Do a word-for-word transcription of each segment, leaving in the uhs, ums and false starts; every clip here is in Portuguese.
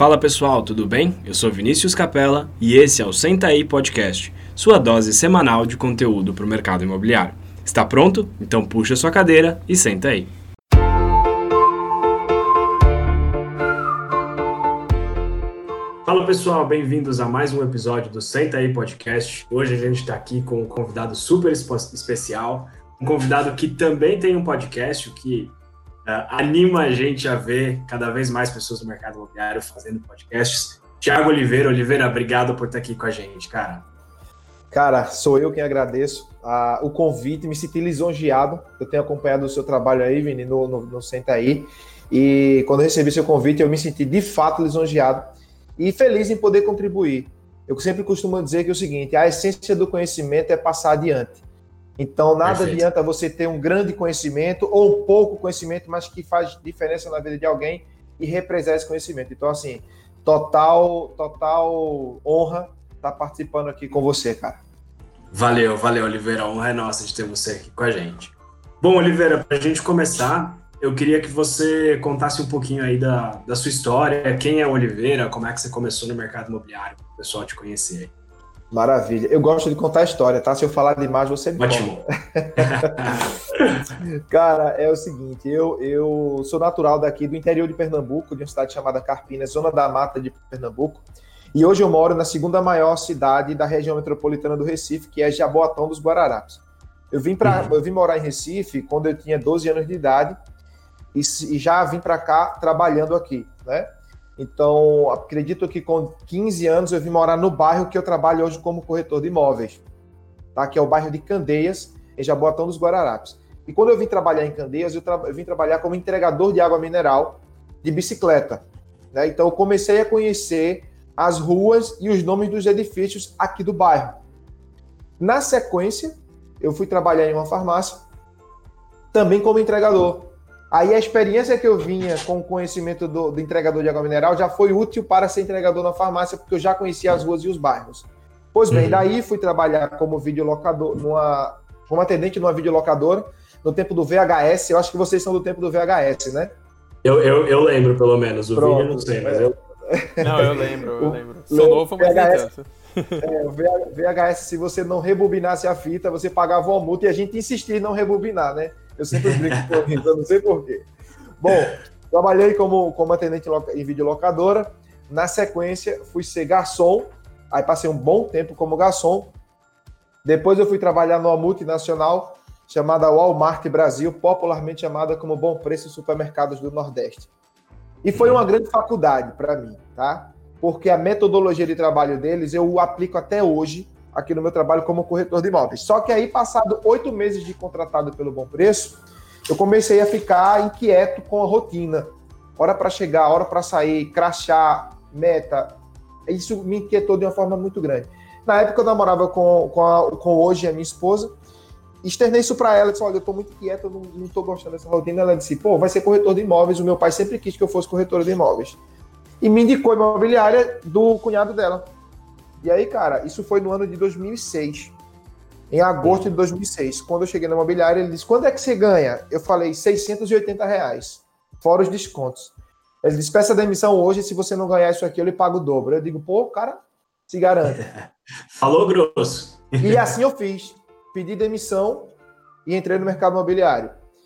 Fala pessoal, tudo bem? Eu sou Vinícius Capella e esse é o Senta Aí Podcast, sua dose semanal de conteúdo para o mercado imobiliário. Está pronto? Então puxa sua cadeira e senta aí. Fala pessoal, bem-vindos a mais um episódio do Senta Aí Podcast. Hoje a gente está aqui com um convidado super especial, um convidado que também tem um podcast, o que Uh, anima a gente a ver cada vez mais pessoas do mercado imobiliário fazendo podcasts. Thiago Oliveira, Oliveira, obrigado por estar aqui com a gente, cara. Cara, sou eu quem agradeço uh, o convite, me senti lisonjeado. Eu tenho acompanhado o seu trabalho aí, Vini, no, no, no Senta Aí, e quando eu recebi seu convite, eu me senti de fato lisonjeado e feliz em poder contribuir. Eu sempre costumo dizer que é o seguinte: a essência do conhecimento é passar adiante. Então, nada Perfeito. Adianta você ter um grande conhecimento ou um pouco conhecimento, mas que faz diferença na vida de alguém e represar esse conhecimento. Então, assim, total, total honra estar participando aqui com você, cara. Valeu, valeu, Oliveira. A honra é nossa de ter você aqui com a gente. Bom, Oliveira, para a gente começar, eu queria que você contasse um pouquinho aí da, da sua história. Quem é o Oliveira? Como é que você começou no mercado imobiliário, para o pessoal te conhecer? Maravilha. Eu gosto de contar a história, tá? Se eu falar demais, você me Ótimo. Cara, é o seguinte, eu, eu sou natural daqui do interior de Pernambuco, de uma cidade chamada Carpinas, zona da mata de Pernambuco, e hoje eu moro na segunda maior cidade da região metropolitana do Recife, que é Jaboatão dos Guararapes. Eu vim, pra, uhum. eu vim morar em Recife quando eu tinha doze anos de idade e, e já vim para cá trabalhando aqui, né? Então, acredito que com quinze anos eu vim morar no bairro que eu trabalho hoje como corretor de imóveis, tá? Que é o bairro de Candeias, em Jaboatão dos Guararapes. E quando eu vim trabalhar em Candeias, eu, tra... eu vim trabalhar como entregador de água mineral de bicicleta, né? Então, eu comecei a conhecer as ruas e os nomes dos edifícios aqui do bairro. Na sequência, eu fui trabalhar em uma farmácia, também como entregador. Aí a experiência que eu vinha com o conhecimento do, do entregador de água mineral já foi útil para ser entregador na farmácia, porque eu já conhecia as ruas e os bairros. Pois bem, uhum. daí fui trabalhar como videolocador, numa, como atendente numa videolocadora, no tempo do V H S. Eu acho que vocês são do tempo do V H S, né? Eu, eu, eu lembro, pelo menos. O Pronto. vídeo eu não sei, mas eu... Não, eu lembro, eu lembro. Sou novo, mas nem tanto. É, o V H S, se você não rebobinasse a fita, você pagava uma multa e a gente insistia em não rebobinar, né? Eu sempre brinco com isso, eu não sei porquê. Bom, trabalhei como, como atendente em videolocadora. Na sequência, fui ser garçom. Aí passei um bom tempo como garçom. Depois eu fui trabalhar numa multinacional chamada Walmart Brasil, popularmente chamada como Bom Preço Supermercados do Nordeste. E foi uma grande faculdade para mim, tá? Porque a metodologia de trabalho deles eu aplico até hoje aqui no meu trabalho como corretor de imóveis. Só que aí, passado oito meses de contratado pelo Bom Preço, eu comecei a ficar inquieto com a rotina. Hora para chegar, hora para sair, crachá, meta. Isso me inquietou de uma forma muito grande. Na época eu namorava com, com, a, com hoje a minha esposa, externei isso para ela, disse: olha, eu estou muito quieto, eu não estou gostando dessa rotina. Ela disse: pô, vai ser corretor de imóveis, o meu pai sempre quis que eu fosse corretor de imóveis. E me indicou a imobiliária do cunhado dela. E aí, cara, isso foi no ano de dois mil e seis, em agosto de dois mil e seis. Quando eu cheguei na imobiliária, ele disse: quando é que você ganha? Eu falei: seiscentos e oitenta reais, fora os descontos. Ele disse: peça demissão hoje, se você não ganhar isso aqui, eu lhe pago o dobro. Eu digo: pô, cara, se garante. Falou grosso. E assim eu fiz. Pedi demissão e entrei no mercado imobiliário.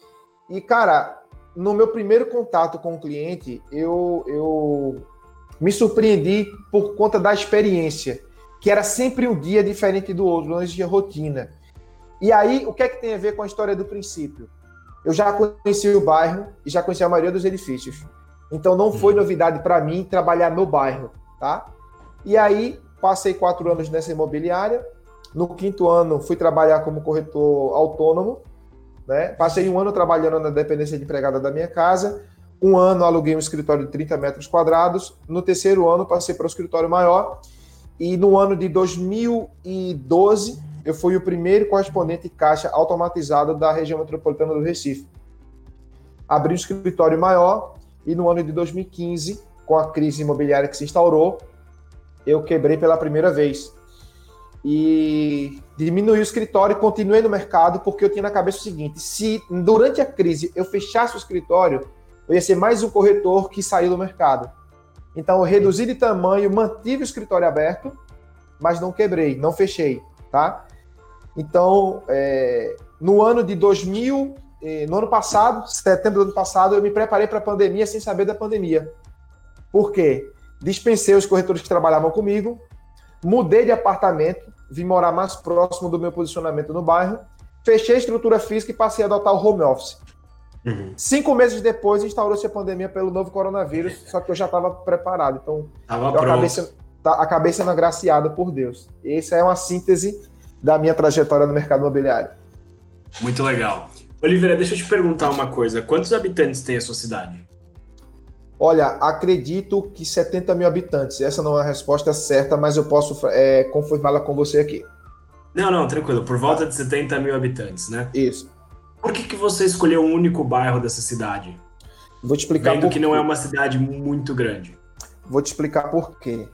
E, cara, no meu primeiro contato com o cliente, eu, eu me surpreendi por conta da experiência, que era sempre um dia diferente do outro, não existia rotina. E aí, o que é que tem a ver com a história do princípio? Eu já conheci o bairro e já conheci a maioria dos edifícios. Então, não foi novidade para mim trabalhar no bairro, tá? E aí, passei quatro anos nessa imobiliária. No quinto ano, fui trabalhar como corretor autônomo, né? Passei um ano trabalhando na dependência de empregada da minha casa. Um ano, aluguei um escritório de trinta metros quadrados. No terceiro ano, passei para o escritório maior. E no ano de dois mil e doze, eu fui o primeiro correspondente caixa automatizado da região metropolitana do Recife. Abri um escritório maior e no ano de dois mil e quinze, com a crise imobiliária que se instaurou, eu quebrei pela primeira vez. E diminuí o escritório e continuei no mercado porque eu tinha na cabeça o seguinte: se durante a crise eu fechasse o escritório, eu ia ser mais um corretor que saiu do mercado. Então, eu reduzi de tamanho, mantive o escritório aberto, mas não quebrei, não fechei, tá? Então, é, no ano de dois mil, eh, no ano passado, setembro do ano passado, eu me preparei para a pandemia sem saber da pandemia. Por quê? Dispensei os corretores que trabalhavam comigo, mudei de apartamento, vim morar mais próximo do meu posicionamento no bairro, fechei a estrutura física e passei a adotar o home office. Uhum. Cinco meses depois, instaurou-se a pandemia pelo novo coronavírus, só que eu já estava preparado. Então, tava eu acabei sendo, acabei sendo agraciado por Deus. Essa é uma síntese da minha trajetória no mercado imobiliário. Muito legal. Oliveira, deixa eu te perguntar uma coisa. Quantos habitantes tem a sua cidade? Olha, acredito que setenta mil habitantes. Essa não é a resposta certa, mas eu posso é, confirmá-la com você aqui. Não, não, tranquilo. Por volta de setenta mil habitantes, né? Isso. Por que, que você escolheu um único bairro dessa cidade? Vou te explicar Vendo por que quê. não é uma cidade muito grande. Vou te explicar por quê.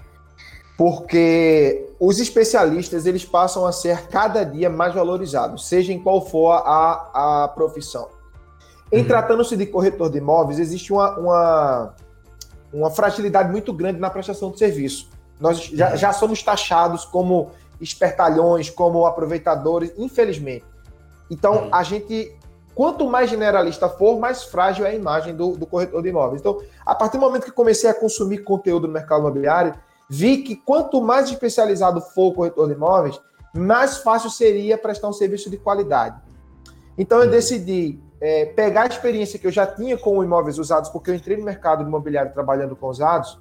Porque os especialistas, eles passam a ser cada dia mais valorizados, seja em qual for a, a profissão. Em uhum. tratando-se de corretor de imóveis, existe uma, uma, uma fragilidade muito grande na prestação de serviço. Nós já, já somos taxados como espertalhões, como aproveitadores, infelizmente. Então, uhum. a gente, quanto mais generalista for, mais frágil é a imagem do, do corretor de imóveis. Então, a partir do momento que comecei a consumir conteúdo no mercado imobiliário, vi que quanto mais especializado for o corretor de imóveis, mais fácil seria prestar um serviço de qualidade. Então, eu decidi é, pegar a experiência que eu já tinha com imóveis usados, porque eu entrei no mercado imobiliário trabalhando com usados,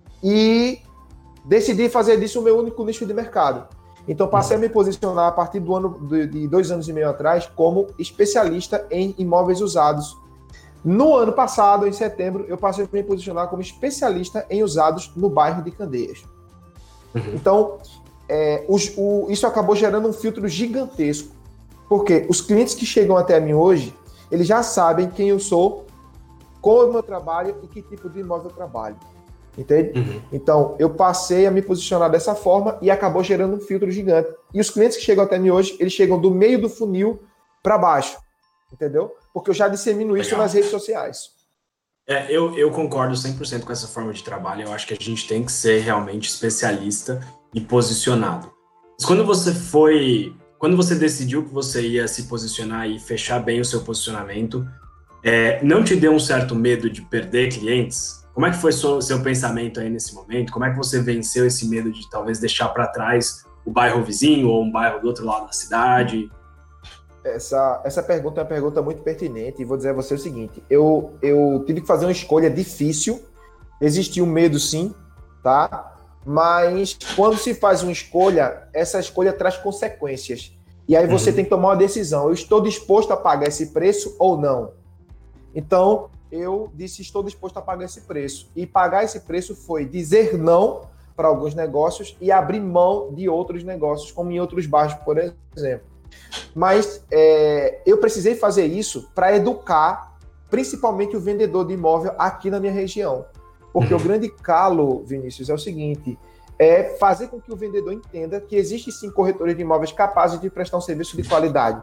e decidi fazer disso o meu único nicho de mercado. Então, passei a me posicionar a partir do ano de, de dois anos e meio atrás como especialista em imóveis usados. No ano passado, em setembro, eu passei a me posicionar como especialista em usados no bairro de Candeias. Uhum. Então, é, os, o, isso acabou gerando um filtro gigantesco, porque os clientes que chegam até mim hoje, eles já sabem quem eu sou, como é o meu trabalho e que tipo de imóvel eu trabalho. Entende? Uhum. Então, eu passei a me posicionar dessa forma e acabou gerando um filtro gigante. E os clientes que chegam até mim hoje, eles chegam do meio do funil para baixo. Entendeu? Porque eu já dissemino Legal. Isso nas redes sociais. É, eu, eu concordo cem por cento com essa forma de trabalho. Eu acho que a gente tem que ser realmente especialista e posicionado. Mas quando você foi... Quando você decidiu que você ia se posicionar e fechar bem o seu posicionamento, é, não te deu um certo medo de perder clientes? Como é que foi o seu pensamento aí nesse momento? Como é que você venceu esse medo de talvez deixar para trás o bairro vizinho ou um bairro do outro lado da cidade? Essa, essa pergunta é uma pergunta muito pertinente e vou dizer a você o seguinte, eu, eu tive que fazer uma escolha difícil, existiu um medo sim, tá? Mas quando se faz uma escolha, essa escolha traz consequências. E aí você uhum. tem que tomar uma decisão, eu estou disposto a pagar esse preço ou não? Então, eu disse, estou disposto a pagar esse preço. E pagar esse preço foi dizer não para alguns negócios e abrir mão de outros negócios, como em outros bairros, por exemplo. Mas é, eu precisei fazer isso para educar, principalmente o vendedor de imóvel aqui na minha região. Porque uhum. o grande calo, Vinícius, é o seguinte, é fazer com que o vendedor entenda que existe sim corretores de imóveis capazes de prestar um serviço de qualidade.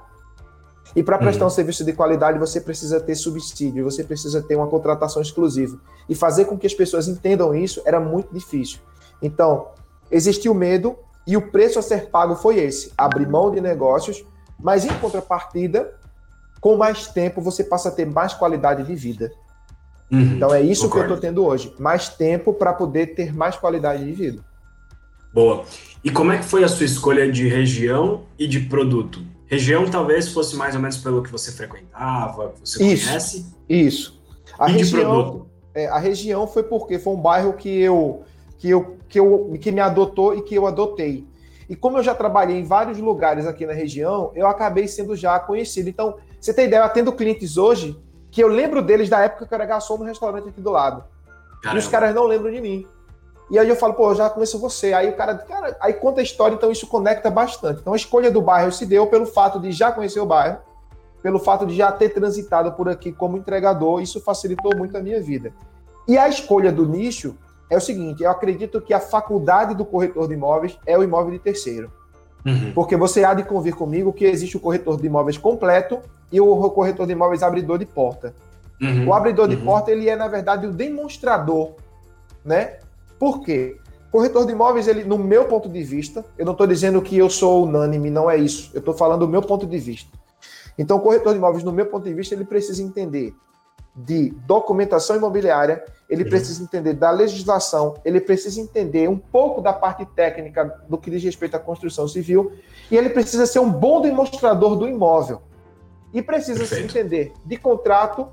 E para prestar uhum. um serviço de qualidade, você precisa ter subsídio, você precisa ter uma contratação exclusiva. E fazer com que as pessoas entendam isso era muito difícil. Então, existiu medo e o preço a ser pago foi esse, abrir mão de negócios, mas em contrapartida, com mais tempo, você passa a ter mais qualidade de vida. Uhum. Então é isso Concordo. Que eu estou tendo hoje, mais tempo para poder ter mais qualidade de vida. Boa. E como é que foi a sua escolha de região e de produto? Região talvez fosse mais ou menos pelo que você frequentava, que você isso, conhece? Isso. A e região, de produto? É, a região foi porque foi um bairro que eu, que, eu, que, eu, que me adotou e que eu adotei. E como eu já trabalhei em vários lugares aqui na região, eu acabei sendo já conhecido. Então, você tem ideia, eu atendo clientes hoje que eu lembro deles da época que eu era garçom no restaurante aqui do lado. Caramba. E os caras não lembram de mim. E aí eu falo, pô, eu já conheço você. Aí o cara, cara, aí conta a história, então isso conecta bastante. Então a escolha do bairro se deu pelo fato de já conhecer o bairro, pelo fato de já ter transitado por aqui como entregador, isso facilitou muito a minha vida. E a escolha do nicho é o seguinte, eu acredito que a faculdade do corretor de imóveis é o imóvel de terceiro. Uhum. Porque você há de convir comigo que existe o corretor de imóveis completo e o corretor de imóveis abridor de porta. Uhum. O abridor de uhum. porta, ele é, na verdade, o demonstrador, né, Por quê? Corretor de imóveis, ele, no meu ponto de vista, eu não estou dizendo que eu sou unânime, não é isso. Eu estou falando do meu ponto de vista. Então, o corretor de imóveis, no meu ponto de vista, ele precisa entender de documentação imobiliária, ele precisa entender da legislação, ele precisa entender um pouco da parte técnica do que diz respeito à construção civil, e ele precisa ser um bom demonstrador do imóvel. E precisa Perfeito. se entender de contrato,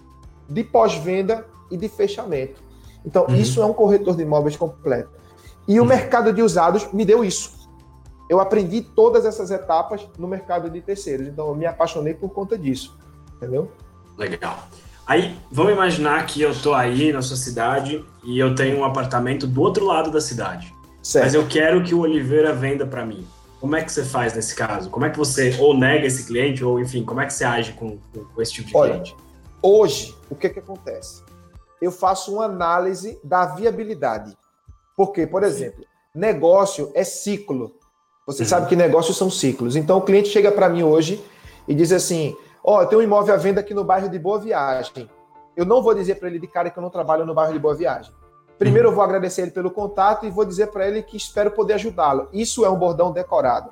de pós-venda e de fechamento. Então, uhum. isso é um corretor de imóveis completo. E uhum. o mercado de usados me deu isso. Eu aprendi todas essas etapas no mercado de terceiros. Então, eu me apaixonei por conta disso. Entendeu? Legal. Aí, vamos imaginar que eu estou aí na sua cidade e eu tenho um apartamento do outro lado da cidade. Certo. Mas eu quero que o Oliveira venda para mim. Como é que você faz nesse caso? Como é que você ou nega esse cliente, ou enfim, como é que você age com, com, com esse tipo de Olha, cliente? Hoje, o que que acontece? Eu faço uma análise da viabilidade. Porque, por exemplo, negócio é ciclo. Você uhum. sabe que negócios são ciclos. Então, o cliente chega para mim hoje e diz assim: ó, oh, eu tenho um imóvel à venda aqui no bairro de Boa Viagem. Eu não vou dizer para ele de cara que eu não trabalho no bairro de Boa Viagem. Primeiro, eu vou agradecer ele pelo contato e vou dizer para ele que espero poder ajudá-lo. Isso é um bordão decorado.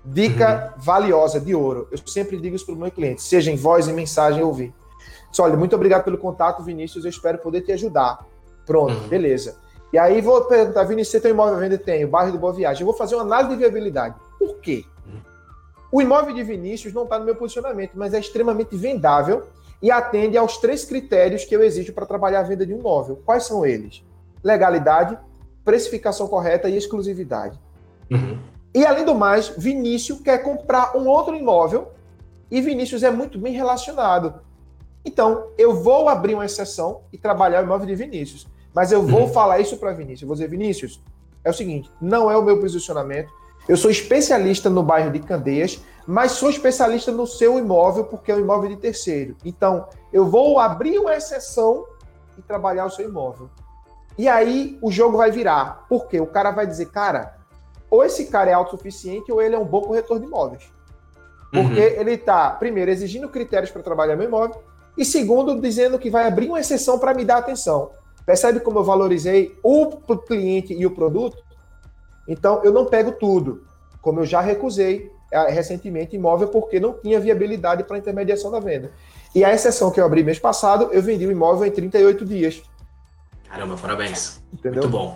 Dica uhum. valiosa, de ouro. Eu sempre digo isso para o meu cliente, seja em voz, em mensagem, ouvir. Olha, muito obrigado pelo contato, Vinícius, eu espero poder te ajudar. Pronto, uhum. beleza. E aí vou perguntar, Vinícius, você tem um imóvel à venda? Tem, o bairro de Boa Viagem. Eu vou fazer uma análise de viabilidade. Por quê? Uhum. O imóvel de Vinícius não está no meu posicionamento, mas é extremamente vendável e atende aos três critérios que eu exijo para trabalhar a venda de um imóvel. Quais são eles? Legalidade, precificação correta e exclusividade. Uhum. E, além do mais, Vinícius quer comprar um outro imóvel e Vinícius é muito bem relacionado. Então, eu vou abrir uma exceção e trabalhar o imóvel de Vinícius. Mas eu vou uhum. falar isso para Vinícius. Eu vou dizer, Vinícius, é o seguinte, não é o meu posicionamento. Eu sou especialista no bairro de Candeias, mas sou especialista no seu imóvel porque é um imóvel de terceiro. Então, eu vou abrir uma exceção e trabalhar o seu imóvel. E aí, o jogo vai virar. Por quê? O cara vai dizer, cara, ou esse cara é autossuficiente ou ele é um bom corretor de imóveis. Porque uhum. ele está, primeiro, exigindo critérios para trabalhar meu imóvel e, segundo, dizendo que vai abrir uma exceção para me dar atenção. Percebe como eu valorizei o cliente e o produto? Então, eu não pego tudo. Como eu já recusei é, recentemente imóvel porque não tinha viabilidade para a intermediação da venda. E a exceção que eu abri mês passado, eu vendi o imóvel em trinta e oito dias. Caramba, parabéns. Entendeu? Muito bom.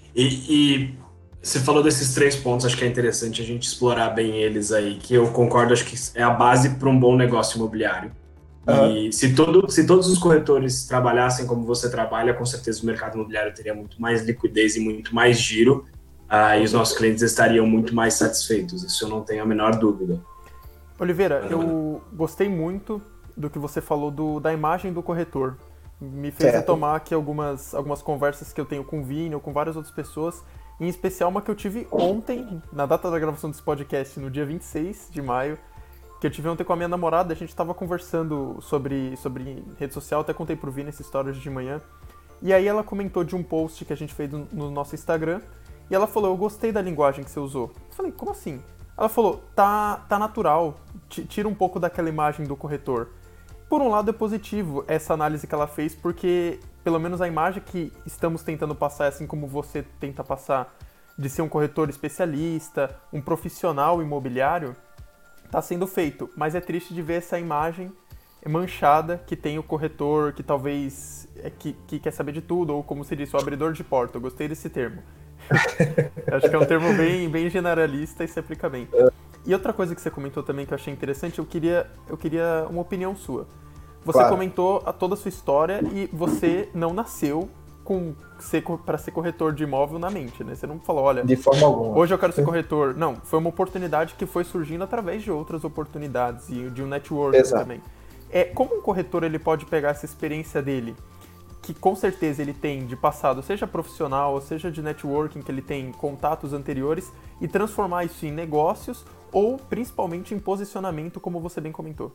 E, e você falou desses três pontos, acho que é interessante a gente explorar bem eles aí, que eu concordo, acho que é a base para um bom negócio imobiliário. Uhum. E se, todo, se todos os corretores trabalhassem como você trabalha, com certeza o mercado imobiliário teria muito mais liquidez e muito mais giro, uh, e os nossos clientes estariam muito mais satisfeitos. Isso eu não tenho a menor dúvida. Oliveira, eu gostei muito do que você falou do, da imagem do corretor. Me fez certo. retomar aqui algumas, algumas conversas que eu tenho com o Vini ou com várias outras pessoas, em especial uma que eu tive ontem, na data da gravação desse podcast, no dia vinte e seis de maio, que eu tive ontem com a minha namorada. A gente estava conversando sobre, sobre rede social, até contei pro Vini essa história hoje de manhã, e aí ela comentou de um post que a gente fez no, no nosso Instagram, e ela falou, eu gostei da linguagem que você usou. Eu falei, como assim? Ela falou, tá, tá natural, tira um pouco daquela imagem do corretor. Por um lado é positivo essa análise que ela fez, porque pelo menos a imagem que estamos tentando passar, assim como você tenta passar, de ser um corretor especialista, um profissional imobiliário, está sendo feito. Mas é triste de ver essa imagem manchada que tem o corretor que talvez é, que, que quer saber de tudo, ou como se diz, o abridor de porta. Eu gostei desse termo. Acho que é um termo bem, bem generalista e se aplica bem. E outra coisa que você comentou também que eu achei interessante, eu queria, eu queria uma opinião sua. Você claro. comentou a toda a sua história e você não nasceu com ser, para ser corretor de imóvel na mente, né? Você não falou, olha, de forma alguma. Hoje eu quero ser corretor. Não, foi uma oportunidade que foi surgindo através de outras oportunidades e de um networking Exato. também. É, como um corretor ele pode pegar essa experiência dele, que com certeza ele tem de passado, seja profissional, ou seja de networking, que ele tem contatos anteriores, e transformar isso em negócios ou principalmente em posicionamento, como você bem comentou?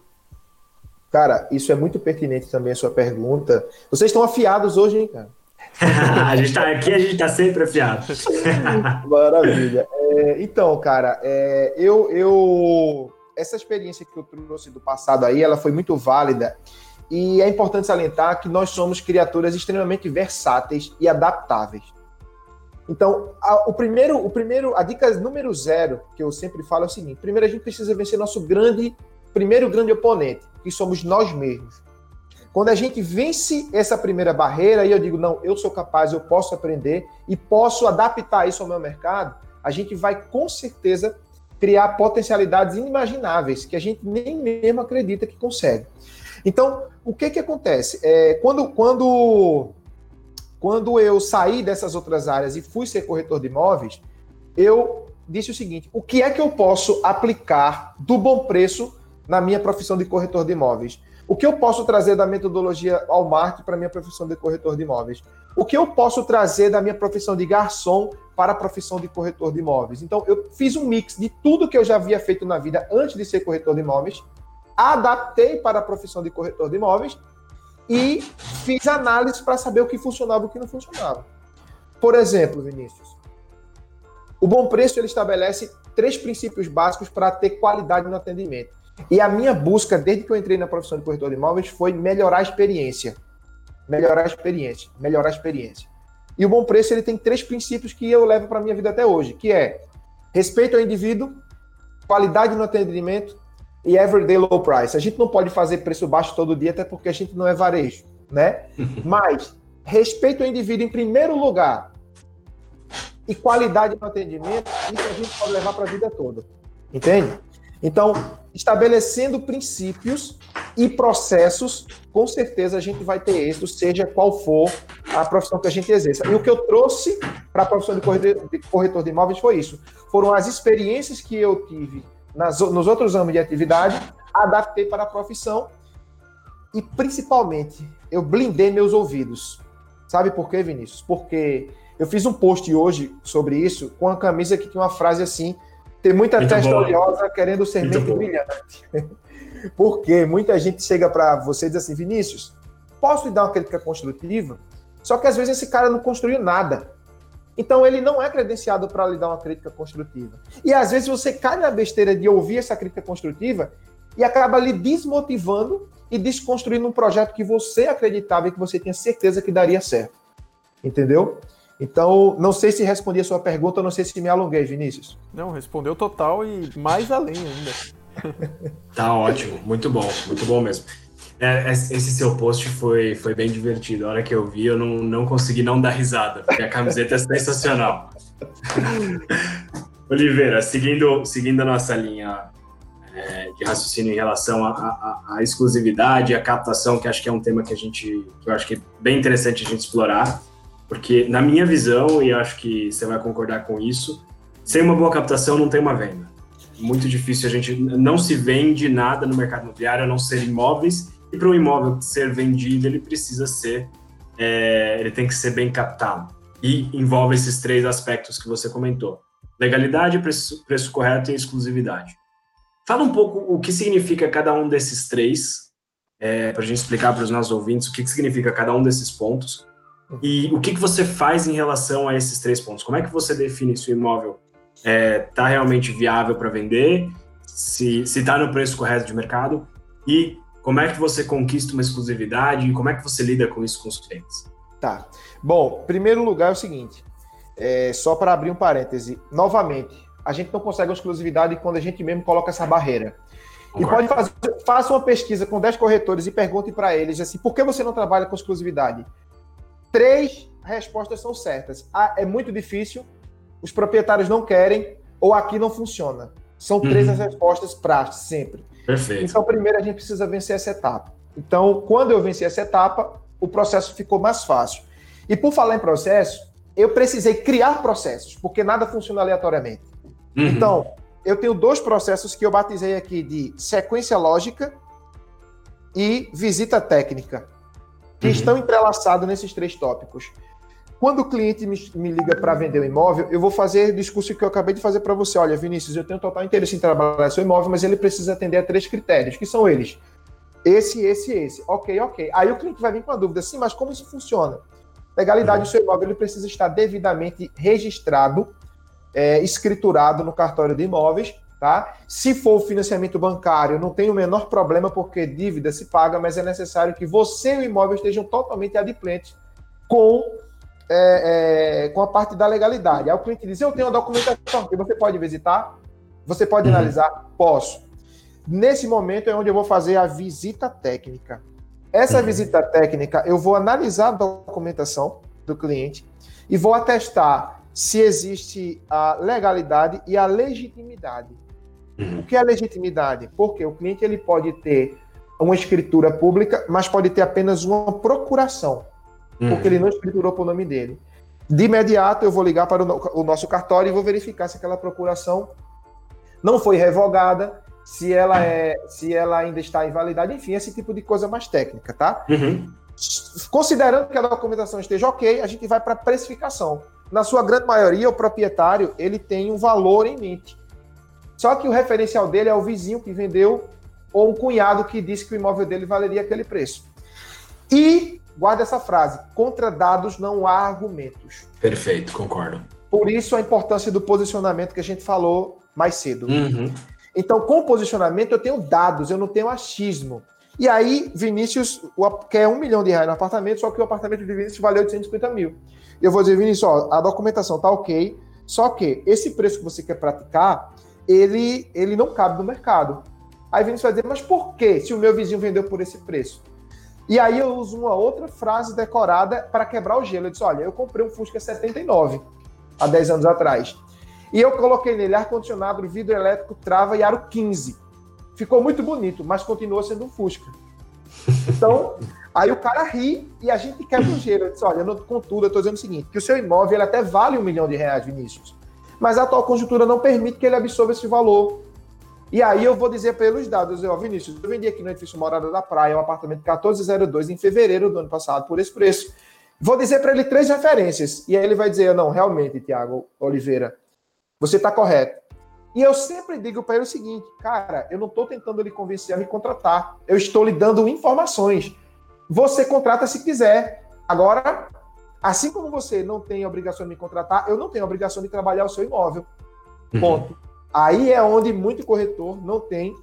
Cara, isso é muito pertinente também a sua pergunta. Vocês estão afiados hoje, hein, cara? a gente tá, aqui a gente tá sempre afiado. Maravilha. É, então, cara, é, eu, eu... essa experiência que eu trouxe do passado aí, ela foi muito válida. E é importante salientar que nós somos criaturas extremamente versáteis e adaptáveis. Então, a, o primeiro, o primeiro, a dica número zero que eu sempre falo é o seguinte: primeiro a gente precisa vencer nosso grande, primeiro grande oponente, que somos nós mesmos. Quando a gente vence essa primeira barreira, e eu digo, não, eu sou capaz, eu posso aprender e posso adaptar isso ao meu mercado, a gente vai, com certeza, criar potencialidades inimagináveis, que a gente nem mesmo acredita que consegue. Então, o que que acontece? É, quando, quando, quando eu saí dessas outras áreas e fui ser corretor de imóveis, eu disse o seguinte: o que é que eu posso aplicar do bom preço na minha profissão de corretor de imóveis? O que eu posso trazer da metodologia ao marketing para a minha profissão de corretor de imóveis? O que eu posso trazer da minha profissão de garçom para a profissão de corretor de imóveis? Então, eu fiz um mix de tudo que eu já havia feito na vida antes de ser corretor de imóveis, adaptei para a profissão de corretor de imóveis e fiz análise para saber o que funcionava e o que não funcionava. Por exemplo, Vinícius, o bom preço ele estabelece três princípios básicos para ter qualidade no atendimento. E a minha busca, desde que eu entrei na profissão de corretor de imóveis, foi melhorar a experiência. Melhorar a experiência. Melhorar a experiência. E o bom preço ele tem três princípios que eu levo para a minha vida até hoje, que é respeito ao indivíduo, qualidade no atendimento e everyday low price. A gente não pode fazer preço baixo todo dia, até porque a gente não é varejo, né? Mas respeito ao indivíduo em primeiro lugar e qualidade no atendimento, isso a gente pode levar para a vida toda. Entende? Então, estabelecendo princípios e processos, com certeza a gente vai ter êxito, seja qual for a profissão que a gente exerça. E o que eu trouxe para a profissão de corretor, de corretor de imóveis foi isso. Foram as experiências que eu tive nas, nos outros âmbitos de atividade, adaptei para a profissão e, principalmente, eu blindei meus ouvidos. Sabe por quê, Vinícius? Porque eu fiz um post hoje sobre isso com uma camisa que tinha uma frase assim: tem muita muito testa bom. Oleosa querendo ser mente brilhante. Porque muita gente chega para você e diz assim: Vinícius, posso lhe dar uma crítica construtiva? Só que às vezes esse cara não construiu nada. Então ele não é credenciado para lhe dar uma crítica construtiva. E às vezes você cai na besteira de ouvir essa crítica construtiva e acaba lhe desmotivando e desconstruindo um projeto que você acreditava e que você tinha certeza que daria certo. Entendeu? Então, não sei se respondi a sua pergunta, não sei se me alonguei, Vinícius. Não, respondeu total e mais além ainda. Tá ótimo, muito bom, muito bom mesmo. É, esse seu post foi, foi bem divertido. A hora que eu vi, eu não, não consegui não dar risada, porque a camiseta é sensacional. Oliveira, seguindo, seguindo a nossa linha é, de raciocínio em relação à exclusividade, à captação, que acho que é um tema que a gente, que eu acho que é bem interessante a gente explorar. Porque, na minha visão, e acho que você vai concordar com isso, sem uma boa captação não tem uma venda. Muito difícil, a gente não se vende nada no mercado imobiliário, a não ser imóveis, e para um imóvel ser vendido, ele precisa ser, é, ele tem que ser bem captado. E envolve esses três aspectos que você comentou: legalidade, preço, preço correto e exclusividade. Fala um pouco o que significa cada um desses três, é, para a gente explicar para os nossos ouvintes o que, que significa cada um desses pontos. E o que, que você faz em relação a esses três pontos? Como é que você define se o imóvel está é, tá realmente viável para vender, se está no preço correto de mercado, e como é que você conquista uma exclusividade e como é que você lida com isso com os clientes? Tá. Bom, primeiro lugar é o seguinte, é, só para abrir um parêntese, novamente, a gente não consegue uma exclusividade quando a gente mesmo coloca essa barreira. Concordo. E pode fazer, faça uma pesquisa com dez corretores e pergunte para eles assim: por que você não trabalha com exclusividade? Três respostas são certas. Ah, é muito difícil, os proprietários não querem, ou aqui não funciona. São três uhum. as respostas para sempre. Perfeito. Então, primeiro a gente precisa vencer essa etapa. Então, quando eu venci essa etapa, o processo ficou mais fácil. E por falar em processo, eu precisei criar processos, porque nada funciona aleatoriamente. Uhum. Então, eu tenho dois processos que eu batizei aqui de sequência lógica e visita técnica, que uhum. estão entrelaçados nesses três tópicos. Quando o cliente me, me liga para vender o imóvel, eu vou fazer o discurso que eu acabei de fazer para você. Olha, Vinícius, eu tenho total interesse em trabalhar seu imóvel, mas ele precisa atender a três critérios, que são eles: esse, esse, esse. Ok, ok. Aí o cliente vai vir com a dúvida: sim, mas como isso funciona? Legalidade uhum. do seu imóvel, ele precisa estar devidamente registrado, é, escriturado no cartório de imóveis, tá? Se for financiamento bancário, não tem o menor problema, porque dívida se paga, mas é necessário que você e o imóvel estejam totalmente adimplentes com é, é, com a parte da legalidade. Aí o cliente diz, eu tenho uma documentação que você pode visitar, você pode uhum. analisar? Posso. Nesse momento é onde eu vou fazer a visita técnica. Essa uhum. visita técnica, eu vou analisar a documentação do cliente e vou atestar se existe a legalidade e a legitimidade. Uhum. O que é a legitimidade? Porque o cliente ele pode ter uma escritura pública, mas pode ter apenas uma procuração, uhum. porque ele não escriturou por nome dele. De imediato, eu vou ligar para o, no, o nosso cartório e vou verificar se aquela procuração não foi revogada, se ela, é, se ela ainda está em validade, enfim, esse tipo de coisa mais técnica, tá? Uhum. Considerando que a documentação esteja ok, a gente vai para a precificação. Na sua grande maioria, o proprietário ele tem um valor em mente. Só que o referencial dele é o vizinho que vendeu ou um cunhado que disse que o imóvel dele valeria aquele preço. E, guarda essa frase, contra dados não há argumentos. Perfeito, concordo. Por isso a importância do posicionamento que a gente falou mais cedo. Uhum. Então, com o posicionamento, eu tenho dados, eu não tenho achismo. E aí, Vinícius quer um milhão de reais no apartamento, só que o apartamento de Vinícius valeu oitocentos e cinquenta mil. Eu vou dizer, Vinícius, ó, a documentação tá ok, só que esse preço que você quer praticar, ele, ele não cabe no mercado. Aí Vinícius vai dizer, mas por quê? Se o meu vizinho vendeu por esse preço? E aí eu uso uma outra frase decorada para quebrar o gelo. Eu disse, olha, eu comprei um Fusca setenta e nove, há dez anos atrás. E eu coloquei nele ar-condicionado, vidro elétrico, trava e aro quinze. Ficou muito bonito, mas continuou sendo um Fusca. Então, aí o cara ri e a gente quebra o gelo. Eu disse, olha, não, contudo, eu estou dizendo o seguinte, que o seu imóvel ele até vale um milhão de reais, Vinícius, mas a atual conjuntura não permite que ele absorva esse valor. E aí eu vou dizer para ele os dados. Eu, Vinícius, eu vendi aqui no edifício Morada da Praia um apartamento quatorze zero dois em fevereiro do ano passado por esse preço. Vou dizer para ele três referências. E aí ele vai dizer, não, realmente, Tiago Oliveira, você está correto. E eu sempre digo para ele o seguinte, cara, eu não estou tentando lhe convencer a me contratar. Eu estou lhe dando informações. Você contrata se quiser. Agora, assim como você não tem a obrigação de me contratar, eu não tenho a obrigação de trabalhar o seu imóvel. Ponto. Uhum. Aí é onde muito corretor não tem...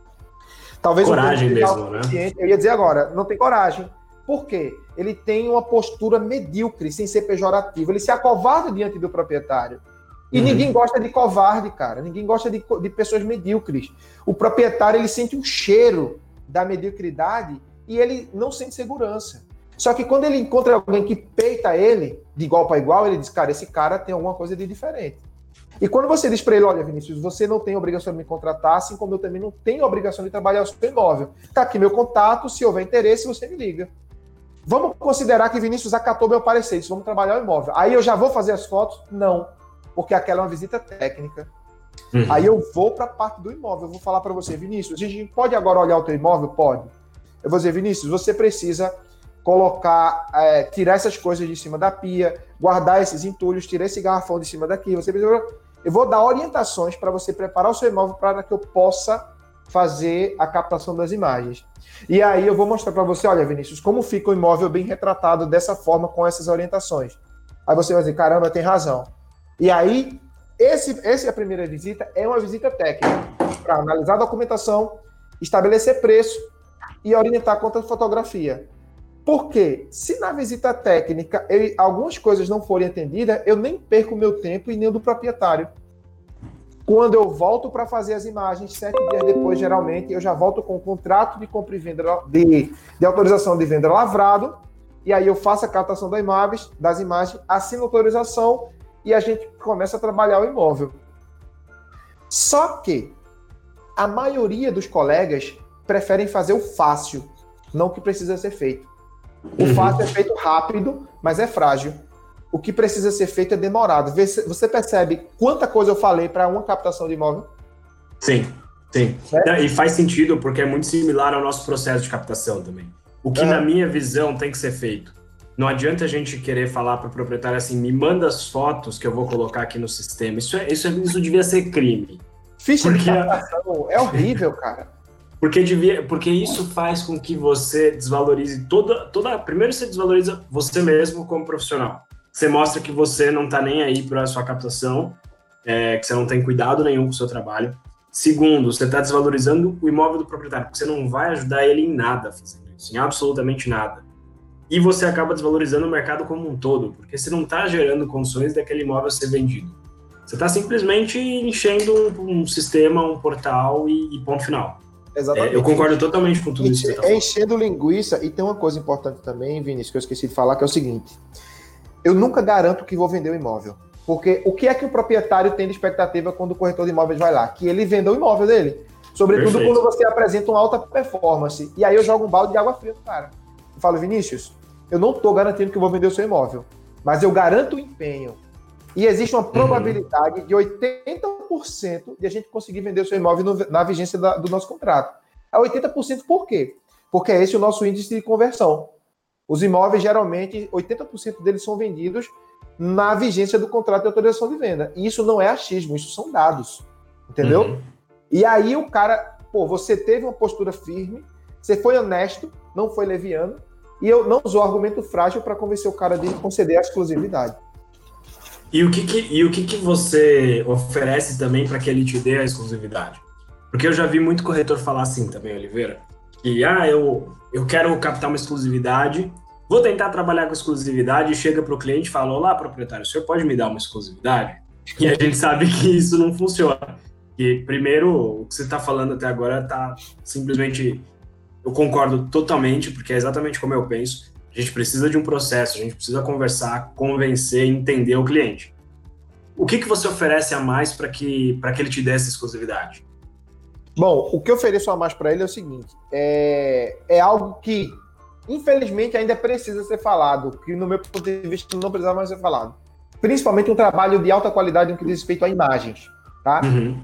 Talvez coragem mesmo, né? Eu ia dizer agora, não tem coragem. Por quê? Ele tem uma postura medíocre, sem ser pejorativo. Ele se acovarda diante do proprietário. E uhum. ninguém gosta de covarde, cara. Ninguém gosta de, de pessoas medíocres. O proprietário, ele sente um cheiro da mediocridade e ele não sente segurança. Só que quando ele encontra alguém que peita ele, de igual para igual, ele diz, cara, esse cara tem alguma coisa de diferente. E quando você diz para ele, olha, Vinícius, você não tem obrigação de me contratar, assim como eu também não tenho obrigação de trabalhar o seu imóvel. Tá aqui meu contato, se houver interesse, você me liga. Vamos considerar que Vinícius acatou meu parecer, vamos trabalhar o imóvel. Aí eu já vou fazer as fotos? Não. Porque aquela é uma visita técnica. Uhum. Aí eu vou para a parte do imóvel. Eu vou falar para você, Vinícius, a gente pode agora olhar o teu imóvel? Pode. Eu vou dizer, Vinícius, você precisa colocar, é, tirar essas coisas de cima da pia, guardar esses entulhos, tirar esse garrafão de cima daqui. Você precisa... Eu vou dar orientações para você preparar o seu imóvel para que eu possa fazer a captação das imagens. E aí eu vou mostrar para você, olha, Vinícius, como fica o imóvel bem retratado dessa forma, com essas orientações. Aí você vai dizer, caramba, tem razão. E aí, esse, essa é a primeira visita, é uma visita técnica para analisar a documentação, estabelecer preço e orientar quanto à fotografia. Por quê? Se na visita técnica eu, algumas coisas não forem atendidas, eu nem perco o meu tempo e nem o do proprietário. Quando eu volto para fazer as imagens, sete dias depois, geralmente, eu já volto com o contrato de compra e venda, de, de autorização de venda lavrado, e aí eu faço a captação das imagens, das imagens, assino a autorização e a gente começa a trabalhar o imóvel. Só que a maioria dos colegas preferem fazer o fácil, não o que precisa ser feito. O uhum. fácil é feito rápido, mas é frágil. O que precisa ser feito é demorado. Você percebe quanta coisa eu falei para uma captação de imóvel? Sim, sim. É? E faz sentido, porque é muito similar ao nosso processo de captação também. O que, é. na minha visão, tem que ser feito. Não adianta a gente querer falar para o proprietário assim, me manda as fotos que eu vou colocar aqui no sistema. Isso, é, isso, é, isso devia ser crime. Ficha porque... de captação é horrível, cara. Porque, devia, porque isso faz com que você desvalorize toda, toda... Primeiro, você desvaloriza você mesmo como profissional. Você mostra que você não está nem aí para a sua captação, é, que você não tem cuidado nenhum com o seu trabalho. Segundo, você está desvalorizando o imóvel do proprietário, porque você não vai ajudar ele em nada fazendo isso, em absolutamente nada. e você acaba desvalorizando o mercado como um todo, porque você não está gerando condições daquele imóvel ser vendido. Você está simplesmente enchendo um, um sistema, um portal e, e ponto final. Exatamente. É, eu concordo totalmente com tudo isso que você está falando. É enchendo linguiça, e tem uma coisa importante também, Vinícius, que eu esqueci de falar, que é o seguinte: eu nunca garanto que vou vender o imóvel. Porque o que é que o proprietário tem de expectativa quando o corretor de imóveis vai lá? Que ele venda o imóvel dele. Sobretudo Perfeito. Quando você apresenta uma alta performance. E aí eu jogo um balde de água fria no cara. Eu falo, Vinícius, eu não estou garantindo que eu vou vender o seu imóvel, mas eu garanto o empenho. E existe uma probabilidade uhum. de oitenta por cento de a gente conseguir vender o seu imóvel no, na vigência da, do nosso contrato. É oitenta por cento por quê? Porque é esse o nosso índice de conversão. Os imóveis, geralmente, oitenta por cento deles são vendidos na vigência do contrato de autorização de venda. E isso não é achismo, isso são dados. Entendeu? Uhum. E aí o cara, pô, você teve uma postura firme, você foi honesto, não foi leviano, e eu não usou argumento frágil para convencer o cara de conceder a exclusividade. E o que, que, e o que, que você oferece também para que ele te dê a exclusividade? Porque eu já vi muito corretor falar assim também, Oliveira, que ah, eu, eu quero captar uma exclusividade, vou tentar trabalhar com exclusividade, chega para o cliente e fala, olá, proprietário, o senhor pode me dar uma exclusividade? E a gente sabe que isso não funciona. E primeiro, o que você está falando até agora está simplesmente... Eu concordo totalmente, porque é exatamente como eu penso. A gente precisa de um processo, a gente precisa conversar, convencer, entender o cliente. O que, que você oferece a mais para que, para que ele te dê essa exclusividade? Bom, o que eu ofereço a mais para ele é o seguinte, é, é algo que, infelizmente, ainda precisa ser falado, que no meu ponto de vista não precisava mais ser falado. Principalmente um trabalho de alta qualidade no que diz respeito a imagens, tá? Uhum.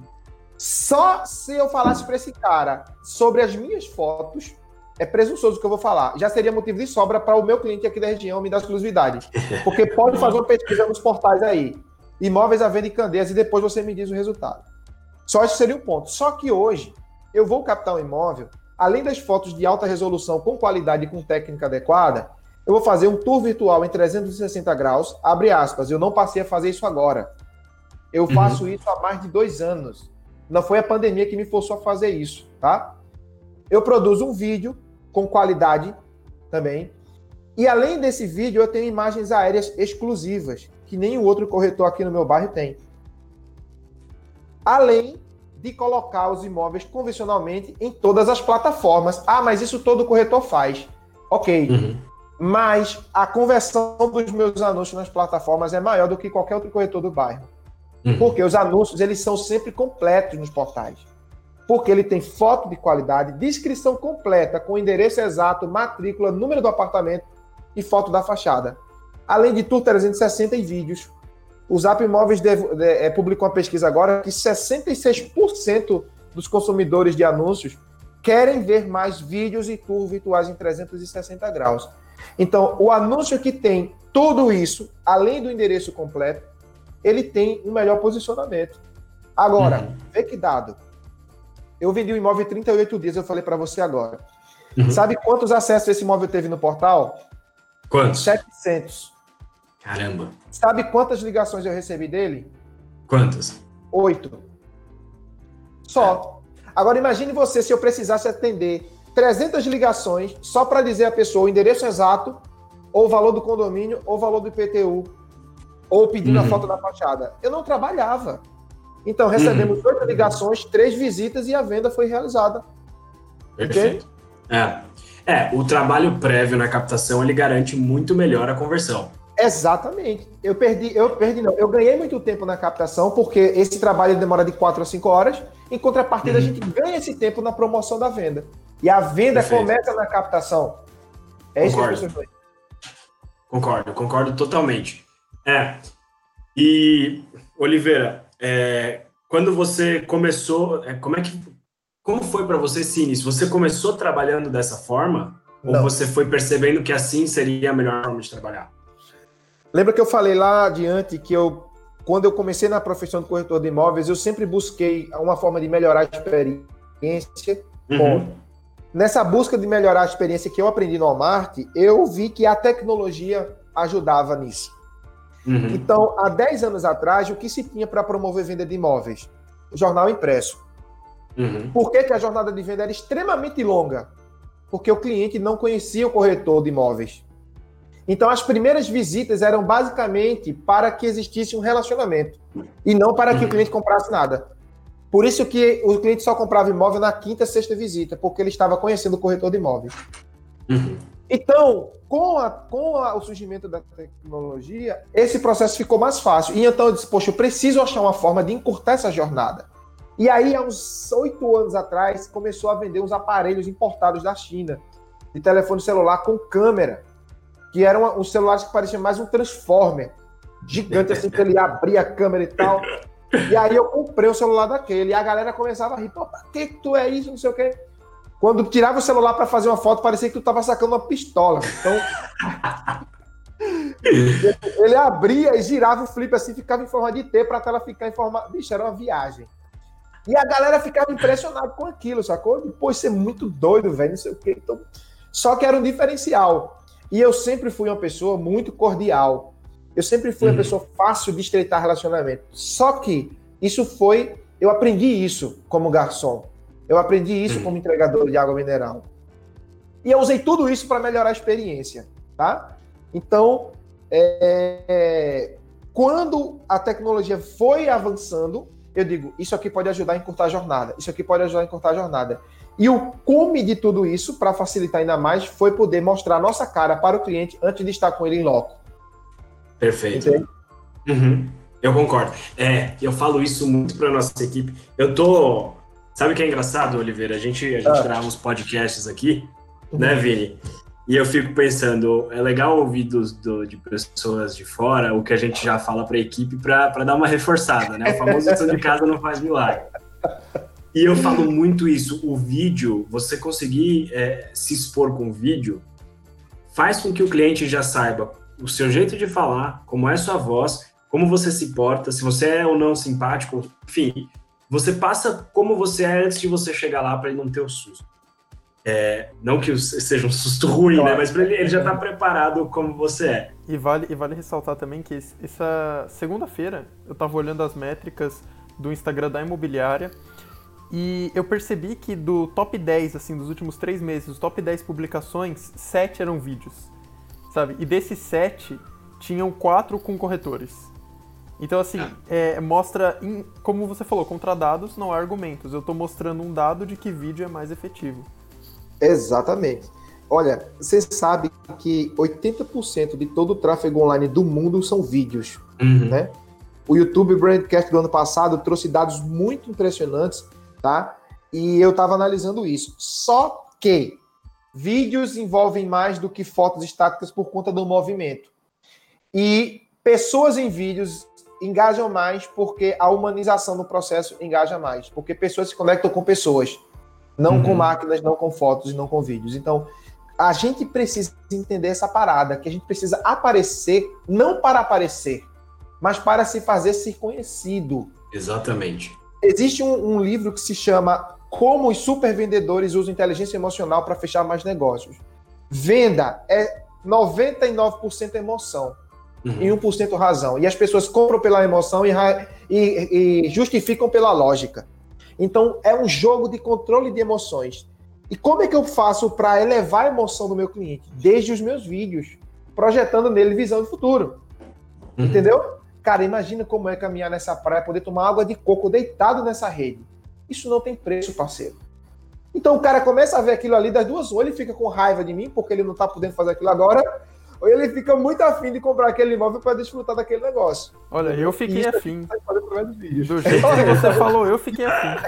Só se eu falasse para esse cara sobre as minhas fotos, é presunçoso o que eu vou falar, já seria motivo de sobra para o meu cliente aqui da região me dar exclusividade. Porque pode fazer uma pesquisa nos portais aí, imóveis à venda em Candeias, e depois você me diz o resultado. Só esse seria um ponto. Só que hoje, eu vou captar um imóvel, além das fotos de alta resolução com qualidade e com técnica adequada, eu vou fazer um tour virtual em trezentos e sessenta graus, abre aspas, eu não passei a fazer isso agora. Eu faço uhum. isso há mais de dois anos. Não foi a pandemia que me forçou a fazer isso, tá? Eu produzo um vídeo com qualidade também. E além desse vídeo, eu tenho imagens aéreas exclusivas, que nenhum outro corretor aqui no meu bairro tem. Além de colocar os imóveis convencionalmente em todas as plataformas. Ah, mas isso todo corretor faz. Ok. Uhum. Mas a conversão dos meus anúncios nas plataformas é maior do que qualquer outro corretor do bairro. Uhum. Porque os anúncios, eles são sempre completos nos portais. Porque ele tem foto de qualidade, descrição completa, com endereço exato, matrícula, número do apartamento e foto da fachada. Além de tudo, trezentos e sessenta e vídeos. O Zap Imóveis deve, de, é, publicou uma pesquisa agora que sessenta e seis por cento dos consumidores de anúncios querem ver mais vídeos e tours virtuais em trezentos e sessenta graus. Então, o anúncio que tem tudo isso, além do endereço completo, ele tem um melhor posicionamento. Agora, uhum. vê que dado. Eu vendi o imóvel em trinta e oito dias, eu falei para você agora. Uhum. Sabe quantos acessos esse imóvel teve no portal? Quantos? setecentos. Caramba. Sabe quantas ligações eu recebi dele? Quantas? Oito. Só. Agora, imagine você se eu precisasse atender trezentas ligações só para dizer à pessoa o endereço exato, ou o valor do condomínio, ou o valor do I P T U, ou pedindo uhum. a foto da fachada. Eu não trabalhava. Então, recebemos oito uhum. ligações, três visitas e a venda foi realizada. Perfeito. Okay? É. é, o trabalho prévio na captação, ele garante muito melhor a conversão. Exatamente. Eu perdi, eu perdi não, eu ganhei muito tempo na captação, porque esse trabalho demora de quatro a cinco horas, em contrapartida uhum. a gente ganha esse tempo na promoção da venda. E a venda Perfeito. Começa na captação. É isso que eu estou. Concordo, concordo totalmente. É, e Oliveira, é, quando você começou, é, como é que, como foi para você esse início? Você começou trabalhando dessa forma? Não. Ou você foi percebendo que assim seria a melhor forma de trabalhar? Lembra que eu falei lá adiante que eu, quando eu comecei na profissão de corretor de imóveis, eu sempre busquei uma forma de melhorar a experiência. Uhum. Bom, nessa busca de melhorar a experiência que eu aprendi no Walmart, eu vi que a tecnologia ajudava nisso. Uhum. Então, há dez anos atrás, o que se tinha para promover venda de imóveis? O jornal impresso. Uhum. Por que, que a jornada de venda era extremamente longa? Porque o cliente não conhecia o corretor de imóveis. Então, as primeiras visitas eram basicamente para que existisse um relacionamento e não para que o cliente comprasse nada. Por isso que o cliente só comprava imóvel na quinta, sexta visita, porque ele estava conhecendo o corretor de imóveis. Uhum. Então, com, a, com a, o surgimento da tecnologia, esse processo ficou mais fácil. E então eu disse, poxa, eu preciso achar uma forma de encurtar essa jornada. E aí, há uns oito anos atrás, começou a vender uns aparelhos importados da China, de telefone celular com câmera, que eram os celulares que pareciam mais um Transformer, gigante, assim, que ele abria a câmera e tal. E aí eu comprei o celular daquele, e a galera começava a rir, pô, pra que tu é isso, não sei o quê. Quando tirava o celular para fazer uma foto, parecia que tu tava sacando uma pistola. Então, ele abria e girava o flip assim, ficava em forma de T para a tela ficar em forma... Bicho, era uma viagem. E a galera ficava impressionada com aquilo, sacou? Pô, isso é muito doido, velho, não sei o quê. Então, só que era um diferencial. E eu sempre fui uma pessoa muito cordial. Eu sempre fui uma uhum. pessoa fácil de estreitar relacionamento. Só que isso foi... Eu aprendi isso como garçom. Eu aprendi isso uhum. como entregador de água mineral. E eu usei tudo isso para melhorar a experiência, tá? Então, é... quando a tecnologia foi avançando, eu digo, isso aqui pode ajudar a encurtar a jornada. Isso aqui pode ajudar a encurtar a jornada. E o cume de tudo isso, para facilitar ainda mais, foi poder mostrar a nossa cara para o cliente antes de estar com ele em loco. Perfeito. Uhum. Eu concordo. É, eu falo isso muito para nossa equipe. Eu tô... Sabe o que é engraçado, Oliveira? A gente, a gente ah. grava uns podcasts aqui, uhum. né, Vini? E eu fico pensando, é legal ouvir dos, do, de pessoas de fora o que a gente já fala para a equipe para dar uma reforçada, né? O famoso lição de casa não faz milagre. E eu falo muito isso. O vídeo, você conseguir é, se expor com o vídeo, faz com que o cliente já saiba o seu jeito de falar, como é a sua voz, como você se porta, se você é ou não simpático, enfim, você passa como você é antes de você chegar lá para ele não ter o susto. É, não que seja um susto ruim, claro, né? Mas para ele, ele já está preparado como você é. E vale, e vale ressaltar também que essa segunda-feira eu estava olhando as métricas do Instagram da imobiliária e eu percebi que do top dez, assim, dos últimos três meses, os top dez publicações, sete eram vídeos, sabe? E desses sete, tinham quatro com corretores. Então, assim, é, mostra, em, como você falou, contra dados não há argumentos. Eu estou mostrando um dado de que vídeo é mais efetivo. Exatamente. Olha, você sabe que oitenta por cento de todo o tráfego online do mundo são vídeos, uhum. né? O YouTube Brandcast do ano passado trouxe dados muito impressionantes, tá? E eu estava analisando isso. Só que vídeos envolvem mais do que fotos estáticas por conta do movimento. E pessoas em vídeos engajam mais porque a humanização do processo engaja mais. Porque pessoas se conectam com pessoas. Não uhum. com máquinas, não com fotos e não com vídeos. Então, a gente precisa entender essa parada, que a gente precisa aparecer, não para aparecer, mas para se fazer ser conhecido. Exatamente. Existe um, um livro que se chama Como os Supervendedores Usam Inteligência Emocional para Fechar Mais Negócios. Venda é noventa e nove por cento emoção uhum. e um por cento razão. E as pessoas compram pela emoção e, e, e justificam pela lógica. Então, é um jogo de controle de emoções. E como é que eu faço para elevar a emoção do meu cliente? Desde os meus vídeos, projetando nele visão de futuro. Uhum. Entendeu? Cara, imagina como é caminhar nessa praia, poder tomar água de coco deitado nessa rede. Isso não tem preço, parceiro. Então, o cara começa a ver aquilo ali das duas, ou ele fica com raiva de mim, porque ele não está podendo fazer aquilo agora, ou ele fica muito afim de comprar aquele imóvel para desfrutar daquele negócio. Olha, eu fiquei afim. Do jeito que você falou, eu fiquei afim.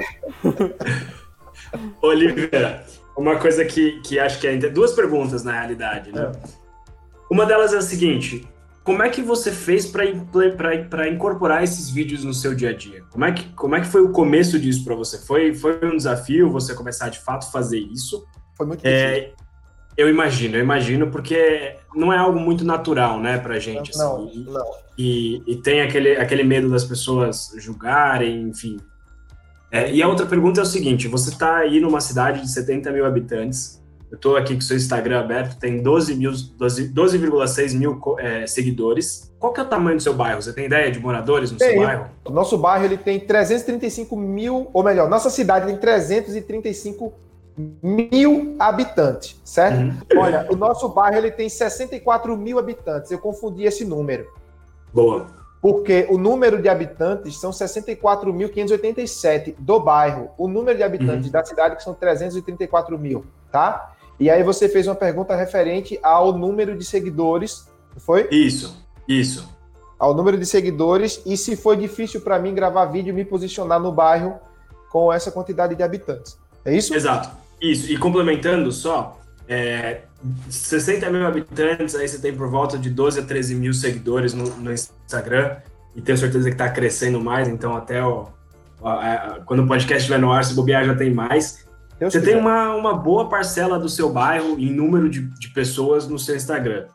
Oliveira, uma coisa que, que acho que é... Duas perguntas, na realidade, né? É. Uma delas é a seguinte: como é que você fez para incorporar esses vídeos no seu dia a dia? Como é que, como é que foi o começo disso para você? Foi, foi um desafio você começar, de fato, a fazer isso? Foi muito difícil. É, eu imagino, eu imagino, porque não é algo muito natural, né, pra gente. Não, assim, não. E, e tem aquele, aquele medo das pessoas julgarem, enfim. É, e a outra pergunta é o seguinte: você está aí numa cidade de setenta mil habitantes, eu estou aqui com o seu Instagram aberto, tem doze vírgula seis mil é, seguidores. Qual que é o tamanho do seu bairro? Você tem ideia de moradores no tem, seu bairro? O nosso bairro ele tem trezentos e trinta e cinco mil, ou melhor, nossa cidade tem trezentos e trinta e cinco mil habitantes, certo? Uhum. Olha, o nosso bairro ele tem sessenta e quatro mil habitantes. Eu confundi esse número. Boa. Porque o número de habitantes são sessenta e quatro mil quinhentos e oitenta e sete do bairro. O número de habitantes uhum. da cidade que são trezentos e trinta e quatro mil, tá? E aí você fez uma pergunta referente ao número de seguidores, não foi? Isso, isso. Ao número de seguidores e se foi difícil para mim gravar vídeo e me posicionar no bairro com essa quantidade de habitantes. É isso? Exato. Isso. E complementando só, é, sessenta mil habitantes, aí você tem por volta de doze a treze mil seguidores no, no Instagram e tenho certeza que está crescendo mais, então até o, a, a, quando o podcast estiver no ar, se bobear já tem mais. Deus você quiser. Tem uma, uma boa parcela do seu bairro em número de, de pessoas no seu Instagram.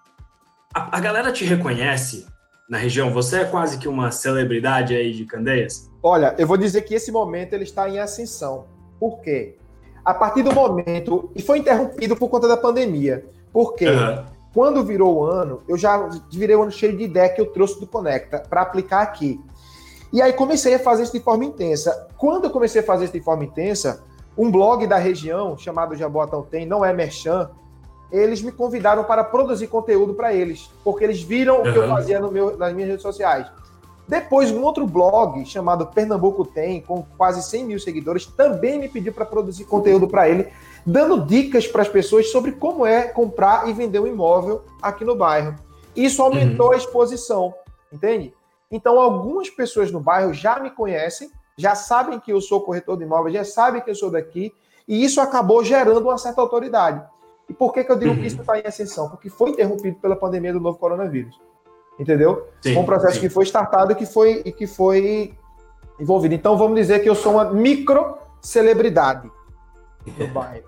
A, a galera te reconhece na região? Você é quase que uma celebridade aí de Candeias? Olha, eu vou dizer que esse momento ele está em ascensão. Por quê? A partir do momento... E foi interrompido por conta da pandemia. Por quê? Uhum. Quando virou o ano, eu já virei o ano cheio de ideia que eu trouxe do Conecta para aplicar aqui. E aí comecei a fazer isso de forma intensa. Quando eu comecei a fazer isso de forma intensa, um blog da região, chamado Jaboatão Tem, não é merchan, eles me convidaram para produzir conteúdo para eles, porque eles viram uhum. o que eu fazia no meu, nas minhas redes sociais. Depois, um outro blog chamado Pernambuco Tem, com quase cem mil seguidores, também me pediu para produzir conteúdo para ele, dando dicas para as pessoas sobre como é comprar e vender um imóvel aqui no bairro. Isso aumentou uhum. a exposição, entende? Então, algumas pessoas no bairro já me conhecem, já sabem que eu sou corretor de imóveis, já sabem que eu sou daqui, e isso acabou gerando uma certa autoridade. E por que, que eu digo uhum. que isso está em ascensão? Porque foi interrompido pela pandemia do novo coronavírus. Entendeu? Sim, foi um processo sim. que foi startado e que foi, e que foi envolvido. Então, vamos dizer que eu sou uma micro-celebridade no bairro.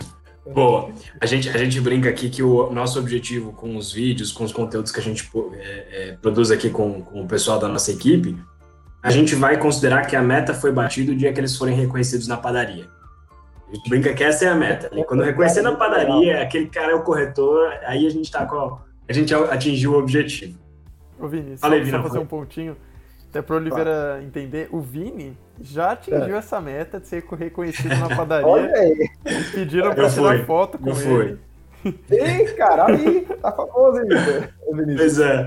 Boa. A gente, a gente brinca aqui que o nosso objetivo com os vídeos, com os conteúdos que a gente é, é, produz aqui com, com o pessoal da nossa equipe, a gente vai considerar que a meta foi batida o dia que eles forem reconhecidos na padaria. A gente brinca que essa é a meta. E quando reconhecer na padaria, aquele cara é o corretor, aí a gente tá com a gente atingiu o objetivo. Ô Vini, Falei, só, Vina, só fazer um pontinho, até para o Oliveira ah. entender, o Vini já atingiu é. essa meta de ser reconhecido na padaria. Olha aí. Eles pediram para tirar foto com eu ele. Fui. Ei, cara, aí, tá famoso, Oliveira. Pois é.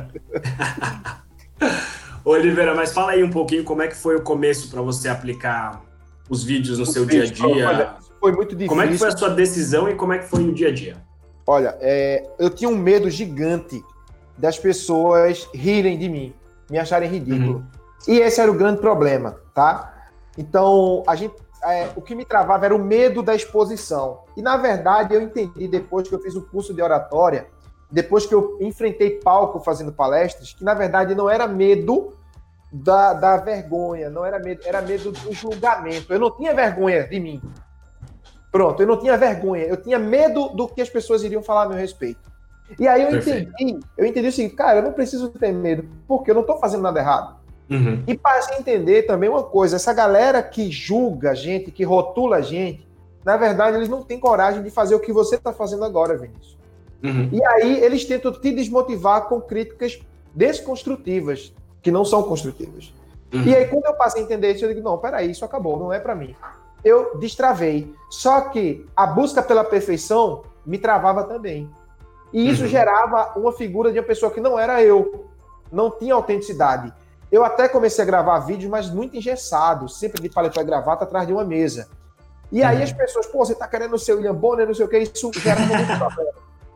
Oliveira, mas fala aí um pouquinho como é que foi o começo para você aplicar os vídeos no o seu vídeo, dia a dia. Olha, foi muito difícil. Como é que foi a sua decisão e como é que foi o dia a dia? Olha, é, eu tinha um medo gigante das pessoas rirem de mim, me acharem ridículo. Uhum. E esse era o grande problema, tá? Então, a gente, é, o que me travava era o medo da exposição. E, na verdade, eu entendi depois que eu fiz o curso de oratória, depois que eu enfrentei palco fazendo palestras, que, na verdade, não era medo da, da vergonha, não era medo, era medo do julgamento. Eu não tinha vergonha de mim. Pronto, eu não tinha vergonha. Eu tinha medo do que as pessoas iriam falar a meu respeito. E aí eu Perfeito. entendi, eu entendi o seguinte, cara, eu não preciso ter medo, porque eu não estou fazendo nada errado. Uhum. E passei a entender também uma coisa, essa galera que julga a gente, que rotula a gente, na verdade eles não têm coragem de fazer o que você está fazendo agora, Vinícius. Uhum. E aí eles tentam te desmotivar com críticas desconstrutivas, que não são construtivas. Uhum. E aí quando eu passei a entender isso, eu digo, não, peraí, isso acabou, não é para mim. Eu destravei. Só que a busca pela perfeição me travava também. E isso uhum. gerava uma figura de uma pessoa que não era eu, não tinha autenticidade. Eu até comecei a gravar vídeos, mas muito engessado, sempre de paletó e gravata atrás de uma mesa. E aí uhum. as pessoas, pô, você tá querendo ser William Bonner, não sei o que, isso gerava muito problema.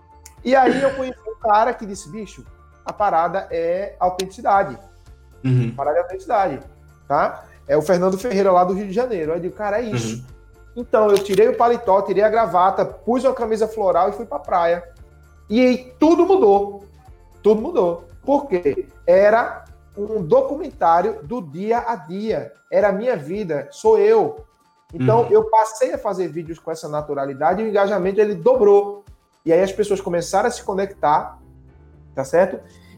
E aí eu conheci um cara que disse, bicho, a parada é autenticidade. Uhum. A parada é autenticidade, tá? É o Fernando Ferreira lá do Rio de Janeiro. Aí eu digo, cara, é isso. Uhum. Então eu tirei o paletó, tirei a gravata, pus uma camisa floral e fui pra praia. E aí tudo mudou. Tudo mudou. Por quê? Era um documentário do dia a dia. Era a minha vida, sou eu. Então, uhum. eu passei a fazer vídeos com essa naturalidade e o engajamento, ele dobrou. E aí as pessoas começaram a se conectar, tá certo?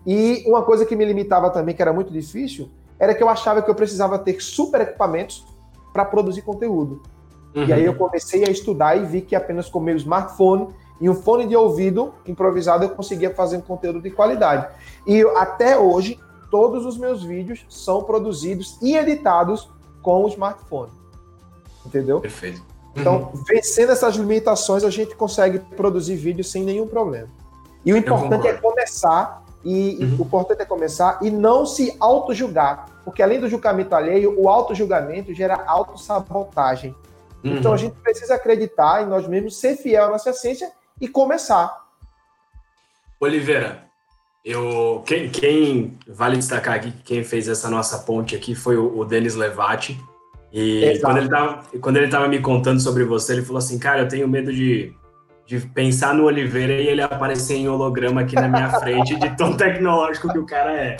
E uma coisa que me limitava também, que era muito difícil, era que eu achava que eu precisava ter super equipamentos para produzir conteúdo. Uhum. E aí eu comecei a estudar e vi que apenas com meu smartphone e um fone de ouvido improvisado eu conseguia fazer um conteúdo de qualidade. E eu, até hoje, todos os meus vídeos são produzidos e editados com o smartphone. Entendeu? Perfeito. Então, uhum. vencendo essas limitações, a gente consegue produzir vídeo sem nenhum problema. E o importante é começar, e, uhum. e o importante é começar e não se auto-julgar, porque além do julgamento alheio, o auto-julgamento gera autossabotagem. Uhum. Então a gente precisa acreditar em nós mesmos, ser fiel à nossa essência e começar. Oliveira, eu, quem, quem vale destacar aqui que quem fez essa nossa ponte aqui foi o, o Denis Levati. E quando ele, tava, quando ele tava me contando sobre você, ele falou assim, cara, eu tenho medo de, de pensar no Oliveira e ele aparecer em holograma aqui na minha frente, de tão tecnológico que o cara é.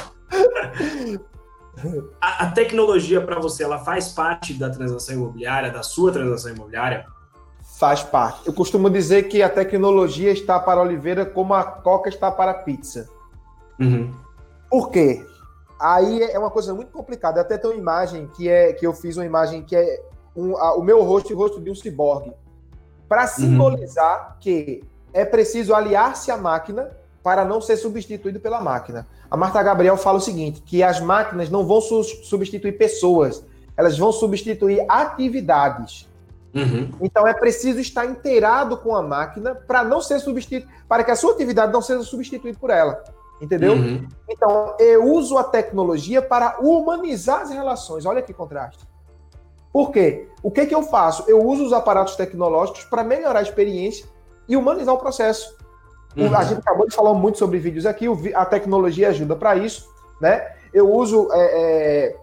A, a tecnologia para você, ela faz parte da transação imobiliária, da sua transação imobiliária? Faz parte. Eu costumo dizer que a tecnologia está para Oliveira como a Coca está para a pizza. Uhum. Por quê? Aí é uma coisa muito complicada. Até tem uma imagem que, é, que eu fiz, uma imagem que é um, a, o meu rosto e o rosto de um ciborgue. Para simbolizar uhum. que é preciso aliar-se à máquina para não ser substituído pela máquina. A Marta Gabriel fala o seguinte, que as máquinas não vão su- substituir pessoas, elas vão substituir atividades. Uhum. Então é preciso estar inteirado com a máquina para não ser substituído, para que a sua atividade não seja substituída por ela. Entendeu? Uhum. Então, eu uso a tecnologia para humanizar as relações. Olha que contraste. Por quê? O que, que eu faço? Eu uso os aparatos tecnológicos para melhorar a experiência e humanizar o processo. Uhum. A gente acabou de falar muito sobre vídeos aqui, a tecnologia ajuda para isso, né? Eu uso é,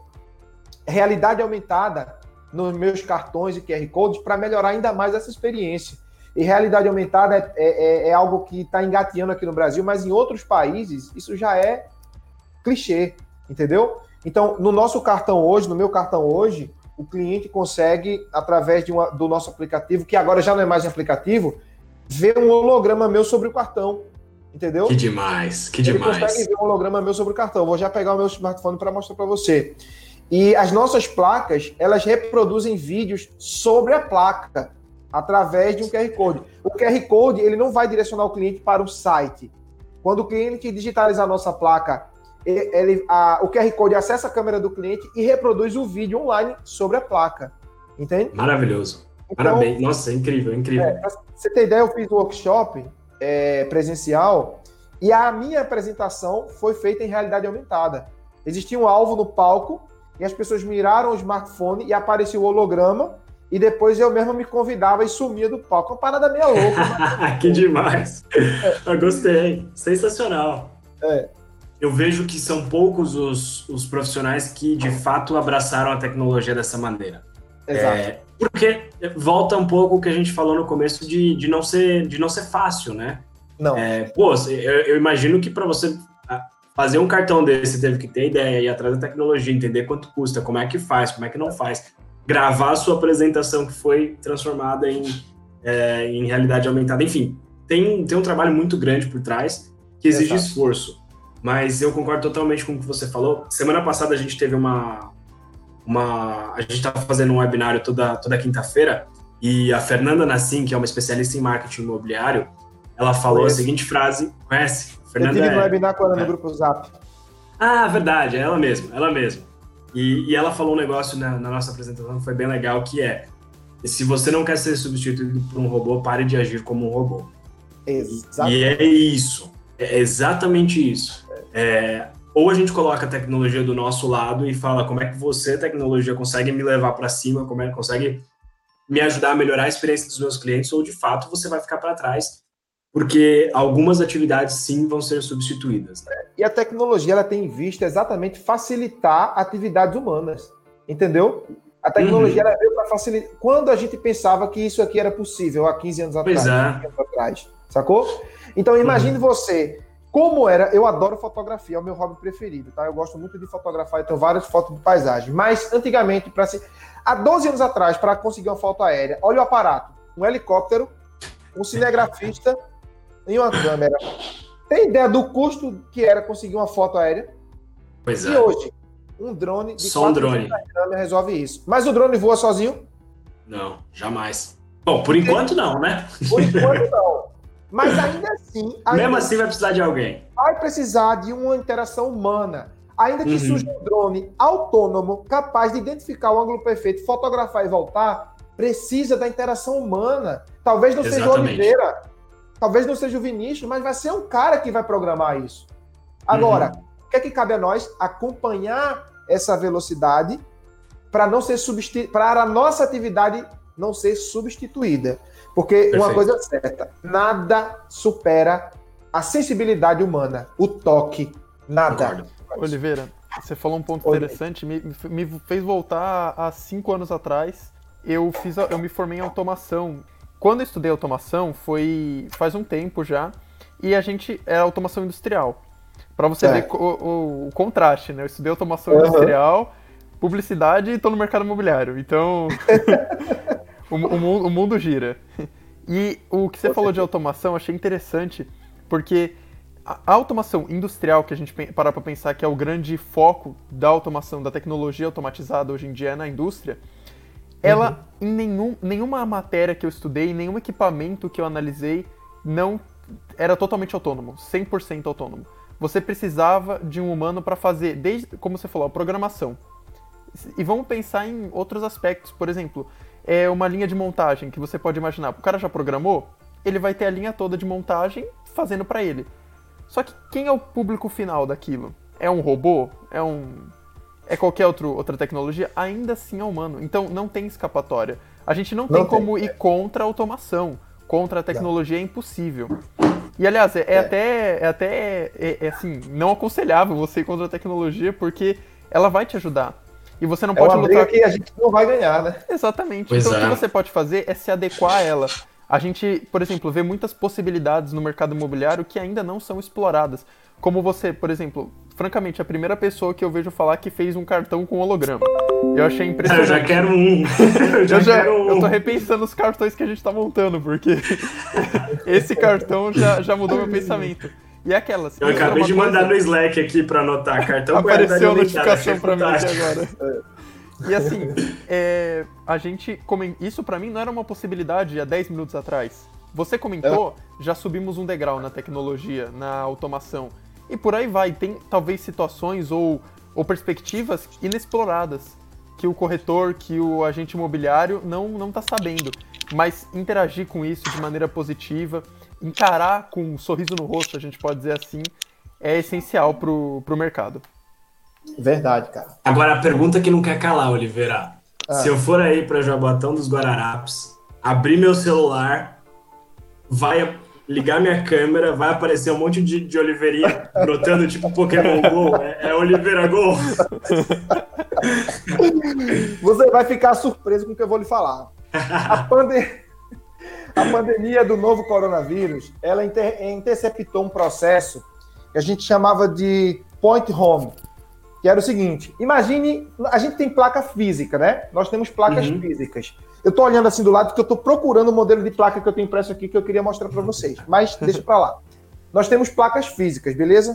é, realidade aumentada nos meus cartões e Q R Codes para melhorar ainda mais essa experiência. E realidade aumentada é, é, é algo que está engateando aqui no Brasil, mas em outros países isso já é clichê, entendeu? Então, no nosso cartão hoje, no meu cartão hoje, o cliente consegue, através de uma, do nosso aplicativo, que agora já não é mais um aplicativo, ver um holograma meu sobre o cartão, entendeu? Que demais, que Ele demais. Ele consegue ver um holograma meu sobre o cartão. Vou já pegar o meu smartphone para mostrar para você. E as nossas placas, elas reproduzem vídeos sobre a placa, através de um Q R Code. O Q R Code, ele não vai direcionar o cliente para o site. Quando o cliente digitalizar a nossa placa, ele, a, o Q R Code acessa a câmera do cliente e reproduz o vídeo online sobre a placa. Entende? Maravilhoso. Então, parabéns. Nossa, é incrível, é incrível. É, pra você ter ideia, eu fiz um workshop é, presencial e a minha apresentação foi feita em realidade aumentada. Existia um alvo no palco e as pessoas miraram o smartphone e aparecia o holograma. E depois eu mesmo me convidava e sumia do palco. Uma parada meio louca. Mas... que demais. É. Eu gostei. Sensacional. É. Eu vejo que são poucos os, os profissionais que, de fato, abraçaram a tecnologia dessa maneira. Exato. É, porque volta um pouco o que a gente falou no começo de, de, não, ser, de não ser fácil, né? Não. É, pô, eu, eu imagino que para você fazer um cartão desse, você teve que ter ideia, ir atrás da tecnologia, entender quanto custa, como é que faz, como é que não faz. Gravar a sua apresentação que foi transformada em, é, em realidade aumentada. Enfim, tem, tem um trabalho muito grande por trás que exige Exato. esforço. Mas eu concordo totalmente com o que você falou. Semana passada a gente teve uma... uma a gente estava fazendo um webinário toda, toda quinta-feira e a Fernanda Nassim, que é uma especialista em marketing imobiliário, ela falou Conhece. a seguinte frase... Conhece? Fernanda eu tive no é, webinar com ela no é. grupo Zap. Ah, verdade, é ela mesma, ela mesma. E, e ela falou um negócio na, na nossa apresentação que foi bem legal, que é: se você não quer ser substituído por um robô, pare de agir como um robô. Exatamente. E é isso, é exatamente isso. É, ou a gente coloca a tecnologia do nosso lado e fala como é que você, tecnologia, consegue me levar para cima, como é que consegue me ajudar a melhorar a experiência dos meus clientes, ou de fato você vai ficar para trás, porque algumas atividades sim vão ser substituídas. Né? E a tecnologia ela tem em vista exatamente facilitar atividades humanas, entendeu? A tecnologia uhum. ela veio para facilitar. Quando a gente pensava que isso aqui era possível há quinze anos atrás, pois é. quinze anos atrás, sacou? Então imagine uhum. você, como era, eu adoro fotografia, é o meu hobby preferido, tá? Eu gosto muito de fotografar, eu tenho várias fotos de paisagem, mas antigamente, para se... há doze anos atrás, para conseguir uma foto aérea, olha o aparato, um helicóptero, um cinegrafista em uma câmera. Tem ideia do custo que era conseguir uma foto aérea? Pois e é. hoje, um drone de Só um drone resolve isso. Mas o drone voa sozinho? Não, jamais. Bom, por enquanto não, né? Por enquanto não. Mas ainda assim... Ainda Mesmo assim vai precisar de alguém. Vai precisar de uma interação humana. Ainda que uhum. surja um drone autônomo, capaz de identificar o ângulo perfeito, fotografar e voltar, precisa da interação humana. Talvez não Exatamente. seja o Oliveira, talvez não seja o Vinícius, mas vai ser um cara que vai programar isso. Agora, uhum. o que é que cabe a nós? Acompanhar essa velocidade para não ser substitu... para a nossa atividade não ser substituída. Porque Perfeito. Uma coisa é certa, nada supera a sensibilidade humana, o toque, nada. Oliveira, você falou um ponto Oi. interessante, me, me fez voltar a cinco anos atrás. Eu, fiz, eu me formei em automação. Quando eu estudei automação, foi faz um tempo já, e a gente era automação industrial. Para você é. ver o, o, o contraste, né? Eu estudei automação uhum. industrial, publicidade e estou no mercado imobiliário. Então, o, o, o mundo gira. E o que você falou de automação, eu achei interessante, porque a automação industrial, que a gente para para pensar que é o grande foco da automação, da tecnologia automatizada hoje em dia na indústria, ela, uhum. em nenhum, nenhuma matéria que eu estudei, nenhum equipamento que eu analisei, não era totalmente autônomo, cem por cento autônomo. Você precisava de um humano para fazer, desde, como você falou, a programação. E vamos pensar em outros aspectos, por exemplo, é uma linha de montagem que você pode imaginar. O cara já programou, ele vai ter a linha toda de montagem fazendo para ele. Só que quem é o público final daquilo? É um robô? É um... É qualquer outro, outra tecnologia? Ainda assim é humano. Então não tem escapatória. A gente não, não tem, tem como é. ir contra a automação. Contra a tecnologia não. é impossível. E aliás, é, é. é até, é, até é, é, assim, não aconselhável você ir contra a tecnologia, porque ela vai te ajudar. E você não é pode uma lutar... briga que a gente não vai ganhar, né? Exatamente. Pois então é. o que você pode fazer é se adequar a ela. A gente, por exemplo, vê muitas possibilidades no mercado imobiliário que ainda não são exploradas. Como você, por exemplo, francamente, a primeira pessoa que eu vejo falar que fez um cartão com holograma. Eu achei impressionante. Eu já quero um. Eu já, eu já quero um. Eu tô repensando os cartões que a gente tá montando, porque esse cartão já, já mudou meu pensamento. E é aquelas. Eu acabei de mandar coisa... no Slack aqui pra anotar cartão. Apareceu a notificação pra mim aqui agora. E assim, é, a gente coment... isso pra mim não era uma possibilidade há dez minutos atrás. Você comentou, é. já subimos um degrau na tecnologia, na automação. E por aí vai, tem talvez situações ou, ou perspectivas inexploradas que o corretor, que o agente imobiliário não, não tá sabendo. Mas interagir com isso de maneira positiva, encarar com um sorriso no rosto, a gente pode dizer assim, é essencial pro, pro mercado. Verdade, cara. Agora, a pergunta que não quer calar, Oliveira. Ah. Se eu for aí para Jaboatão dos Guararapes, abrir meu celular, vai ligar minha câmera, vai aparecer um monte de, de Oliveirinha brotando tipo Pokémon Go. É, é Oliveira Go. Você vai ficar surpreso com o que eu vou lhe falar. A, pande... a pandemia do novo coronavírus, ela inter... interceptou um processo que a gente chamava de point home. Que era o seguinte, imagine, a gente tem placa física, né? Nós temos placas uhum. físicas. Eu tô olhando assim do lado porque eu tô procurando o modelo de placa que eu tenho impresso aqui que eu queria mostrar para vocês. Mas deixa para lá. Nós temos placas físicas, beleza?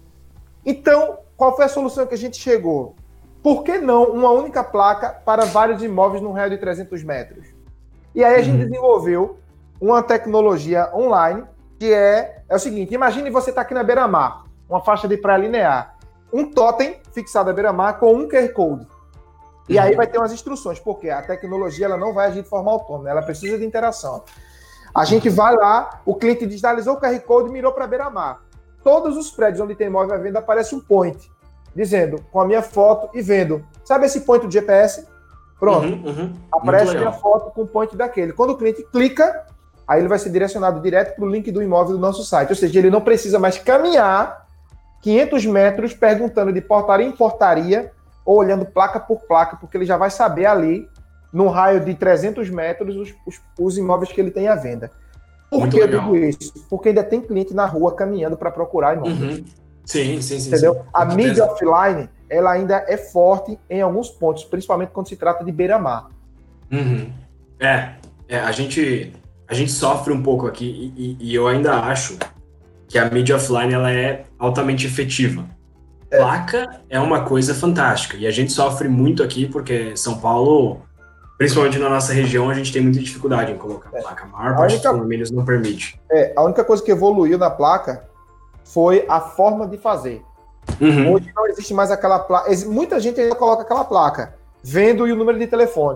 Então, qual foi a solução que a gente chegou? Por que não uma única placa para vários imóveis num raio de trezentos metros? E aí a uhum. gente desenvolveu uma tecnologia online que é, é o seguinte, imagine você tá aqui na beira-mar, uma faixa de praia linear. Um totem fixado à beira-mar com um Q R Code. E uhum. aí vai ter umas instruções, porque a tecnologia ela não vai agir de forma autônoma, ela precisa de interação. A gente vai lá, o cliente digitalizou o Q R Code e mirou para a beira-mar. Todos os prédios onde tem imóvel à venda aparece um point, dizendo, com a minha foto e vendo. Sabe esse point do G P S? Pronto. Uhum, uhum. Aparece a minha foto com o point daquele. Quando o cliente clica, aí ele vai ser direcionado direto para o link do imóvel do nosso site. Ou seja, ele não precisa mais caminhar quinhentos metros perguntando de portaria em portaria ou olhando placa por placa, porque ele já vai saber ali, num raio de trezentos metros, os, os, os imóveis que ele tem à venda. Por Muito que legal. eu digo isso? Porque ainda tem cliente na rua caminhando para procurar imóveis. Uhum. Sim, sim, sim. Entendeu? Sim. A mídia offline, ela ainda é forte em alguns pontos, principalmente quando se trata de beira-mar. Uhum. É, é a, gente, a gente sofre um pouco aqui e, e, e eu ainda acho que a mídia offline ela é altamente efetiva. É. Placa é uma coisa fantástica e a gente sofre muito aqui porque São Paulo, principalmente na nossa região, a gente tem muita dificuldade em colocar é. placa. A maior a parte única, dos condomínios não permite. É, a única coisa que evoluiu na placa foi a forma de fazer. Uhum. Hoje não existe mais aquela placa. Muita gente ainda coloca aquela placa, vendo e o número de telefone.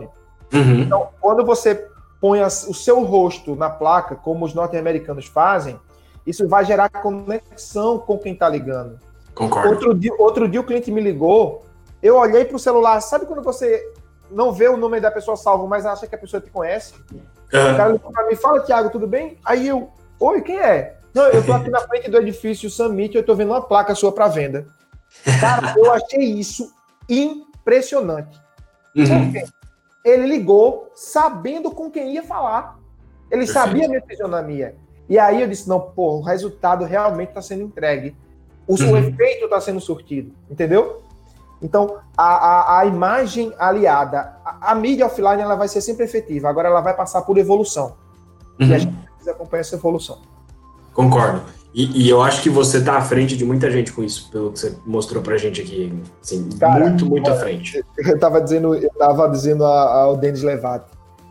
Uhum. Então, quando você põe o seu rosto na placa, como os norte-americanos fazem, isso vai gerar conexão com quem está ligando. Concordo. Outro dia, outro dia o cliente me ligou, eu olhei para o celular, sabe quando você não vê o nome da pessoa salvo, mas acha que a pessoa te conhece? Uhum. O cara ligou para mim, fala, Thiago, tudo bem? Aí eu, oi, quem é? Não, eu tô aqui na frente do edifício Summit, eu tô vendo uma placa sua para venda. Cara, eu achei isso impressionante. Uhum. Por quê? Ele ligou sabendo com quem ia falar. Ele Perfeito. sabia a minha fisionomia. E aí eu disse, não, pô, o resultado realmente está sendo entregue. O, Uhum. o efeito está sendo surtido. Entendeu? Então, a, a, a imagem aliada, a, a mídia offline, ela vai ser sempre efetiva. Agora ela vai passar por evolução. Uhum. E a gente precisa acompanhar essa evolução. Concordo. E, e eu acho que você está à frente de muita gente com isso, pelo que você mostrou pra gente aqui. Assim, Cara, muito, muito é, à frente. Eu estava dizendo, eu tava dizendo ao Denis Levati,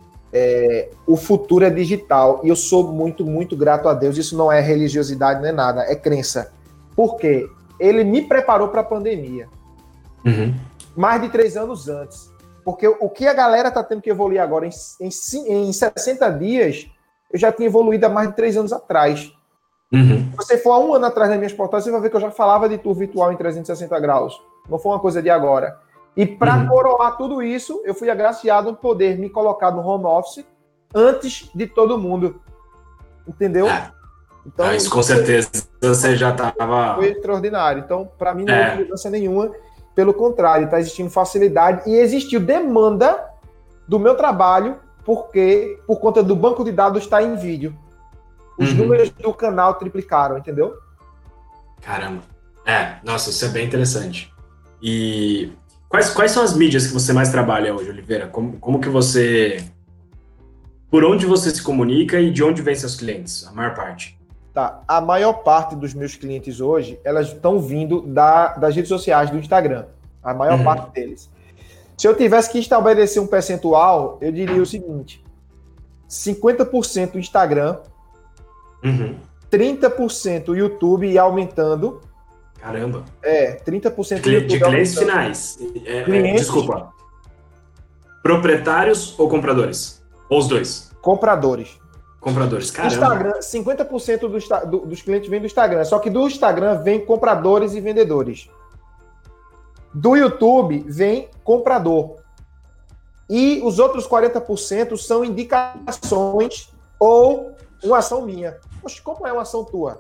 é, o futuro é digital, e eu sou muito, muito grato a Deus. Isso não é religiosidade, não é nada, é crença. Por quê? Ele me preparou para a pandemia. Uhum. Mais de três anos antes. Porque o que a galera está tendo que evoluir agora em, em, em sessenta dias, eu já tinha evoluído há mais de três anos atrás. Uhum. Se você for há um ano atrás nas minhas portais, você vai ver que eu já falava de tour virtual em trezentos e sessenta graus. Não foi uma coisa de agora. E para Uhum. coroar tudo isso, eu fui agraciado em poder me colocar no home office antes de todo mundo. Entendeu? É. Então, Ah, isso com certeza você já estava... Foi extraordinário. Então, para mim, não É. houve mudança nenhuma. Pelo contrário, está existindo facilidade e existiu demanda do meu trabalho porque, por conta do banco de dados estar em vídeo. Os Uhum. números do canal triplicaram, entendeu? Caramba. É, nossa, isso é bem interessante. E quais, quais são as mídias que você mais trabalha hoje, Oliveira? Como, como que você... Por onde você se comunica e de onde vêm seus clientes? A maior parte. Tá. A maior parte dos meus clientes hoje, elas estão vindo da, das redes sociais, do Instagram. A maior Uhum. parte deles. Se eu tivesse que estabelecer um percentual, eu diria o seguinte: cinquenta por cento Instagram, Uhum. trinta por cento YouTube e aumentando. Caramba. É, trinta por cento De, YouTube de clientes aumentando. finais. É, é, Clientes- desculpa. Proprietários ou compradores? Ou os dois? Compradores. Compradores. Caramba. Instagram, cinquenta por cento do, Insta- do, dos clientes vêm do Instagram, só que do Instagram vem compradores e vendedores. Do YouTube vem comprador. E os outros quarenta por cento são indicações ou uma ação minha. Poxa, como é uma ação tua?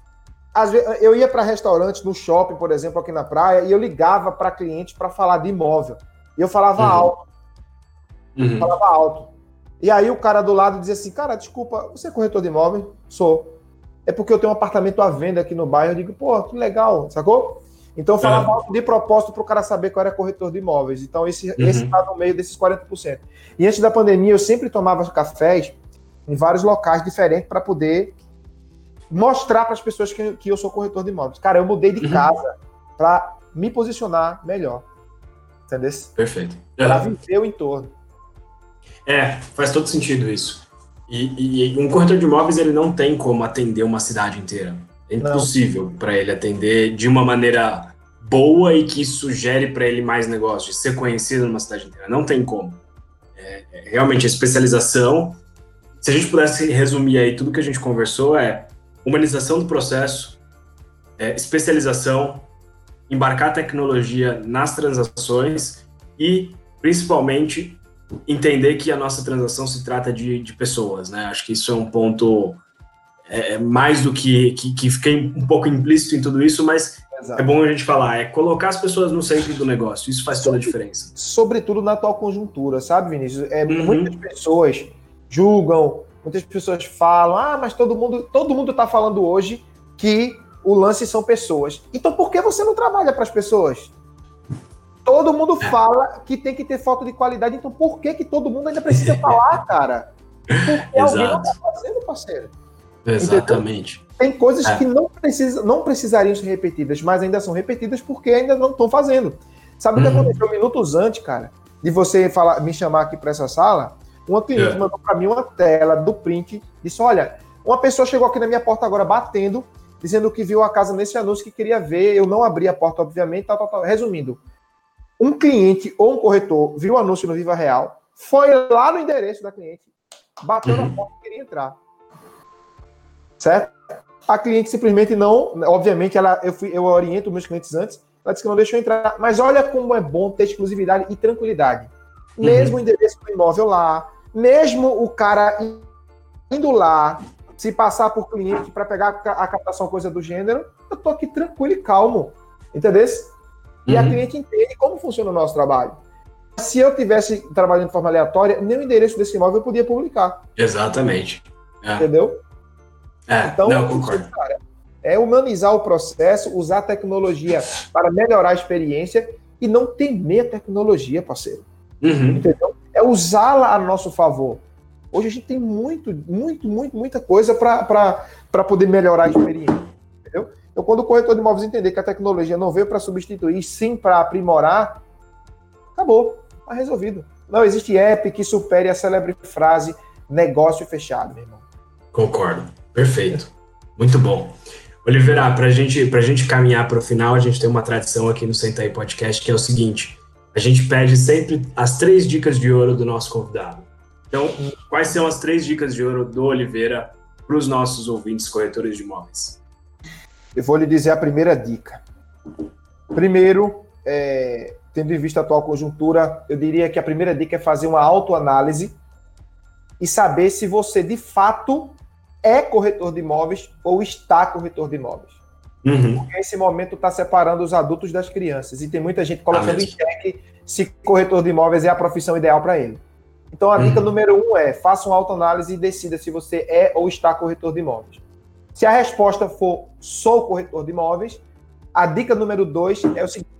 Às vezes, eu ia para restaurantes, no shopping, por exemplo, aqui na praia, e eu ligava para clientes para falar de imóvel. E eu falava Uhum. alto, Uhum. falava alto. E aí o cara do lado dizia assim, cara, desculpa, você é corretor de imóvel? Sou. É porque eu tenho um apartamento à venda aqui no bairro. Eu digo, pô, que legal, sacou? Então eu falava Uhum. alto de propósito para o cara saber que eu era corretor de imóveis. Então esse, Uhum. esse tá no meio desses quarenta por cento. E antes da pandemia eu sempre tomava cafés em vários locais diferentes para poder mostrar para as pessoas que, que eu sou corretor de imóveis. Cara, eu mudei de Uhum. casa para me posicionar melhor. Entendeu? Perfeito. Para Uhum. viver o entorno. É, faz todo sentido isso. E, e um corretor de imóveis, ele não tem como atender uma cidade inteira. É impossível para ele atender de uma maneira boa e que isso gere para ele mais negócio, de ser conhecido numa cidade inteira. Não tem como. É, é, realmente, a especialização, se a gente pudesse resumir aí tudo que a gente conversou, é humanização do processo, é, especialização, embarcar tecnologia nas transações e, principalmente, entender que a nossa transação se trata de, de pessoas, né? Acho que isso é um ponto é, mais do que, que, que fica um pouco implícito em tudo isso, mas Exato. é bom a gente falar, é colocar as pessoas no centro do negócio, isso faz toda a diferença. Sobretudo na atual conjuntura, sabe, Vinícius? É, Uhum. Muitas pessoas julgam, muitas pessoas falam, ah, mas todo mundo todo mundo está falando hoje que o lance são pessoas. Então por que você não trabalha para as pessoas? Todo mundo fala que tem que ter foto de qualidade, então por que, que todo mundo ainda precisa falar, cara? Porque alguém não está fazendo, parceiro. Exatamente. Entendeu? Tem coisas É. que não, precisa, não precisariam ser repetidas, mas ainda são repetidas porque ainda não estão fazendo. Sabe o Uhum. que aconteceu minutos antes, cara, de você falar, me chamar aqui para essa sala? Uma cliente É. mandou para mim uma tela do print, disse, olha, uma pessoa chegou aqui na minha porta agora batendo, dizendo que viu a casa nesse anúncio, que queria ver, eu não abri a porta, obviamente, tal, tal, tal. Resumindo, um cliente ou um corretor viu o anúncio no Viva Real, foi lá no endereço da cliente, bateu uhum. na porta e queria entrar. Certo? A cliente simplesmente não, obviamente, ela, eu, fui, eu oriento meus clientes antes, ela disse que não deixou entrar, mas olha como é bom ter exclusividade e tranquilidade. Mesmo uhum. o endereço do imóvel lá, mesmo o cara indo lá, se passar por cliente para pegar a captação, coisa do gênero, eu tô aqui tranquilo e calmo, entendeu? E uhum. a cliente entende como funciona o nosso trabalho. Se eu tivesse trabalhando de forma aleatória, nem o endereço desse imóvel eu podia publicar. Exatamente. É. Entendeu? É, então, não, concordo. Cara, é humanizar o processo, usar a tecnologia para melhorar a experiência e não temer a tecnologia, parceiro. Uhum. Entendeu? É usá-la a nosso favor. Hoje a gente tem muito, muito, muito, muita coisa para poder melhorar a experiência. Entendeu? Então, quando o corretor de imóveis entender que a tecnologia não veio para substituir, sim para aprimorar, acabou, está resolvido. Não existe app que supere a célebre frase negócio fechado, meu irmão. Concordo. Perfeito. Muito bom. Oliveira, para gente, a gente caminhar para o final, a gente tem uma tradição aqui no Senta Aí Podcast, que é o seguinte: a gente pede sempre as três dicas de ouro do nosso convidado. Então, quais são as três dicas de ouro do Oliveira para os nossos ouvintes corretores de imóveis? Eu vou lhe dizer a primeira dica. Primeiro, é, tendo em vista a atual conjuntura, eu diria que a primeira dica é fazer uma autoanálise e saber se você, de fato, é corretor de imóveis ou está corretor de imóveis. Uhum. Porque esse momento está separando os adultos das crianças e tem muita gente colocando ah, em xeque se corretor de imóveis é a profissão ideal para ele. Então a uhum. dica número um é: faça uma autoanálise e decida se você é ou está corretor de imóveis. Se a resposta for sou corretor de imóveis, a dica número dois é o seguinte: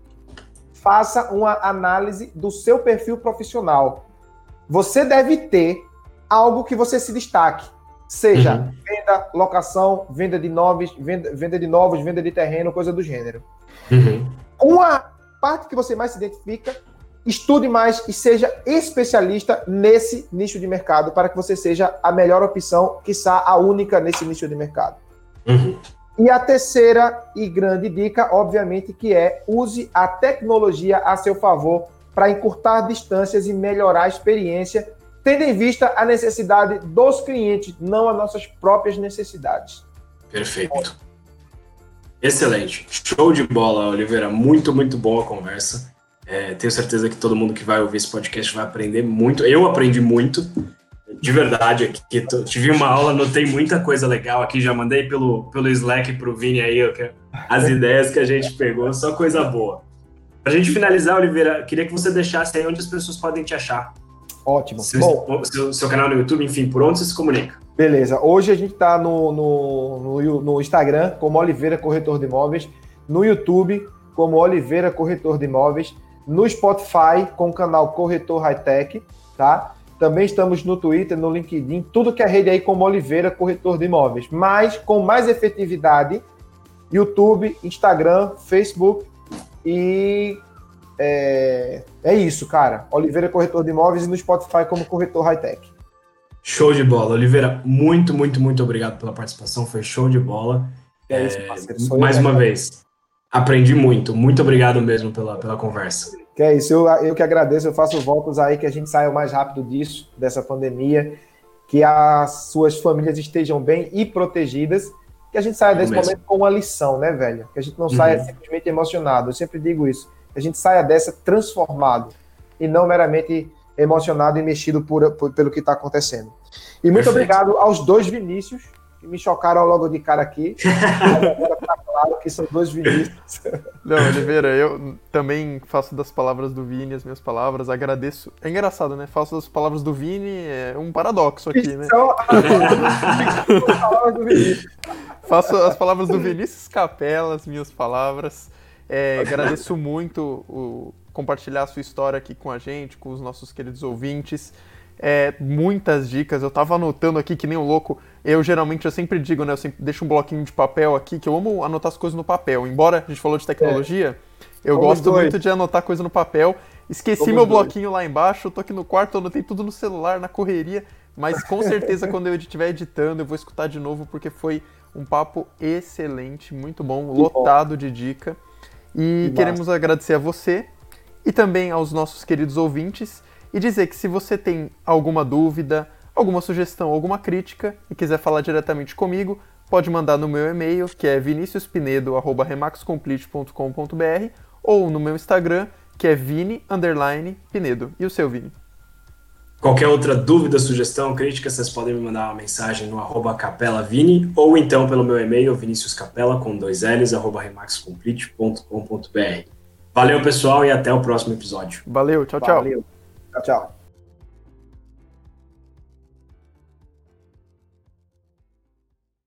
faça uma análise do seu perfil profissional. Você deve ter algo que você se destaque. Seja uhum. venda, locação, venda de novos, venda, venda de novos, venda de terreno, coisa do gênero. Uhum. Uma parte que você mais se identifica, estude mais e seja especialista nesse nicho de mercado para que você seja a melhor opção, quiçá a única nesse nicho de mercado. Uhum. E a terceira e grande dica, obviamente, que é use a tecnologia a seu favor para encurtar distâncias e melhorar a experiência, tendo em vista a necessidade dos clientes, não as nossas próprias necessidades. Perfeito. Excelente. Show de bola, Oliveira. Muito, muito boa a conversa. É, tenho certeza que todo mundo que vai ouvir esse podcast vai aprender muito. Eu aprendi muito, de verdade. Aqui, tive uma aula, notei muita coisa legal aqui. Já mandei pelo, pelo Slack pro Vini aí as ideias que a gente pegou, só coisa boa. Pra gente finalizar, Oliveira, queria que você deixasse aí onde as pessoas podem te achar. Ótimo. Seu, Bom, seu, seu canal no YouTube, enfim, por onde você se comunica? Beleza. Hoje a gente está no, no, no, no Instagram como Oliveira Corretor de Imóveis, no YouTube como Oliveira Corretor de Imóveis, no Spotify com o canal Corretor Hightech, tá? Também estamos no Twitter, no LinkedIn, tudo que é rede aí como Oliveira Corretor de Imóveis, mas com mais efetividade, YouTube, Instagram, Facebook e... É, é isso, cara. Oliveira Corretor de Imóveis e no Spotify como Corretor Hightech. Show de bola. Oliveira, muito, muito, muito obrigado pela participação. Foi show de bola. É isso, parceiro. Sou mais eu, uma né? vez, aprendi muito. Muito obrigado mesmo pela, pela conversa. Que é isso. Eu, eu que agradeço. Eu faço votos aí que a gente saia o mais rápido disso, dessa pandemia, que as suas famílias estejam bem e protegidas, que a gente saia desse mesmo. momento com uma lição, né, velho? Que a gente não saia Uhum. simplesmente emocionado. Eu sempre digo isso. Que a gente saia dessa transformado e não meramente emocionado e mexido por, por, pelo que está acontecendo. E muito Perfeito. Obrigado aos dois Vinícius, que me chocaram logo de cara aqui. Agora está claro que são dois Vinícius. Não, Oliveira, eu também faço das palavras do Vini as minhas palavras, agradeço. É engraçado, né? Faço das palavras do Vini, é um paradoxo aqui, né? São as palavras do Vinícius. Faço as palavras do Vinícius Capella, as minhas palavras. É, agradeço muito o compartilhar a sua história aqui com a gente, com os nossos queridos ouvintes. É, muitas dicas, eu tava anotando aqui que nem um louco. Eu geralmente, eu sempre digo, né, eu sempre deixo um bloquinho de papel aqui, que eu amo anotar as coisas no papel. Embora a gente falou de tecnologia, é. eu Somos gosto dois. muito de anotar coisa no papel. Esqueci Somos meu dois. bloquinho lá embaixo, eu tô aqui no quarto, eu anotei tudo no celular, na correria. Mas com certeza quando eu estiver editando, eu vou escutar de novo, porque foi um papo excelente, muito bom, Que lotado bom. de dica. E Que queremos massa. agradecer a você e também aos nossos queridos ouvintes. e dizer que se você tem alguma dúvida, alguma sugestão, alguma crítica e quiser falar diretamente comigo, pode mandar no meu e-mail, que é viniciuspinedo arroba remaxcomplete ponto com ponto b r, ou no meu Instagram, que é vini underline pinedo. E o seu, Vini? Qualquer outra dúvida, sugestão, crítica, vocês podem me mandar uma mensagem no arroba capelavini ou então pelo meu e-mail, viniciuscapela, com dois L's, arroba remaxcomplete ponto com ponto b r. Valeu, pessoal, e até o próximo episódio. Valeu, tchau, tchau. Valeu. Tchau, tchau.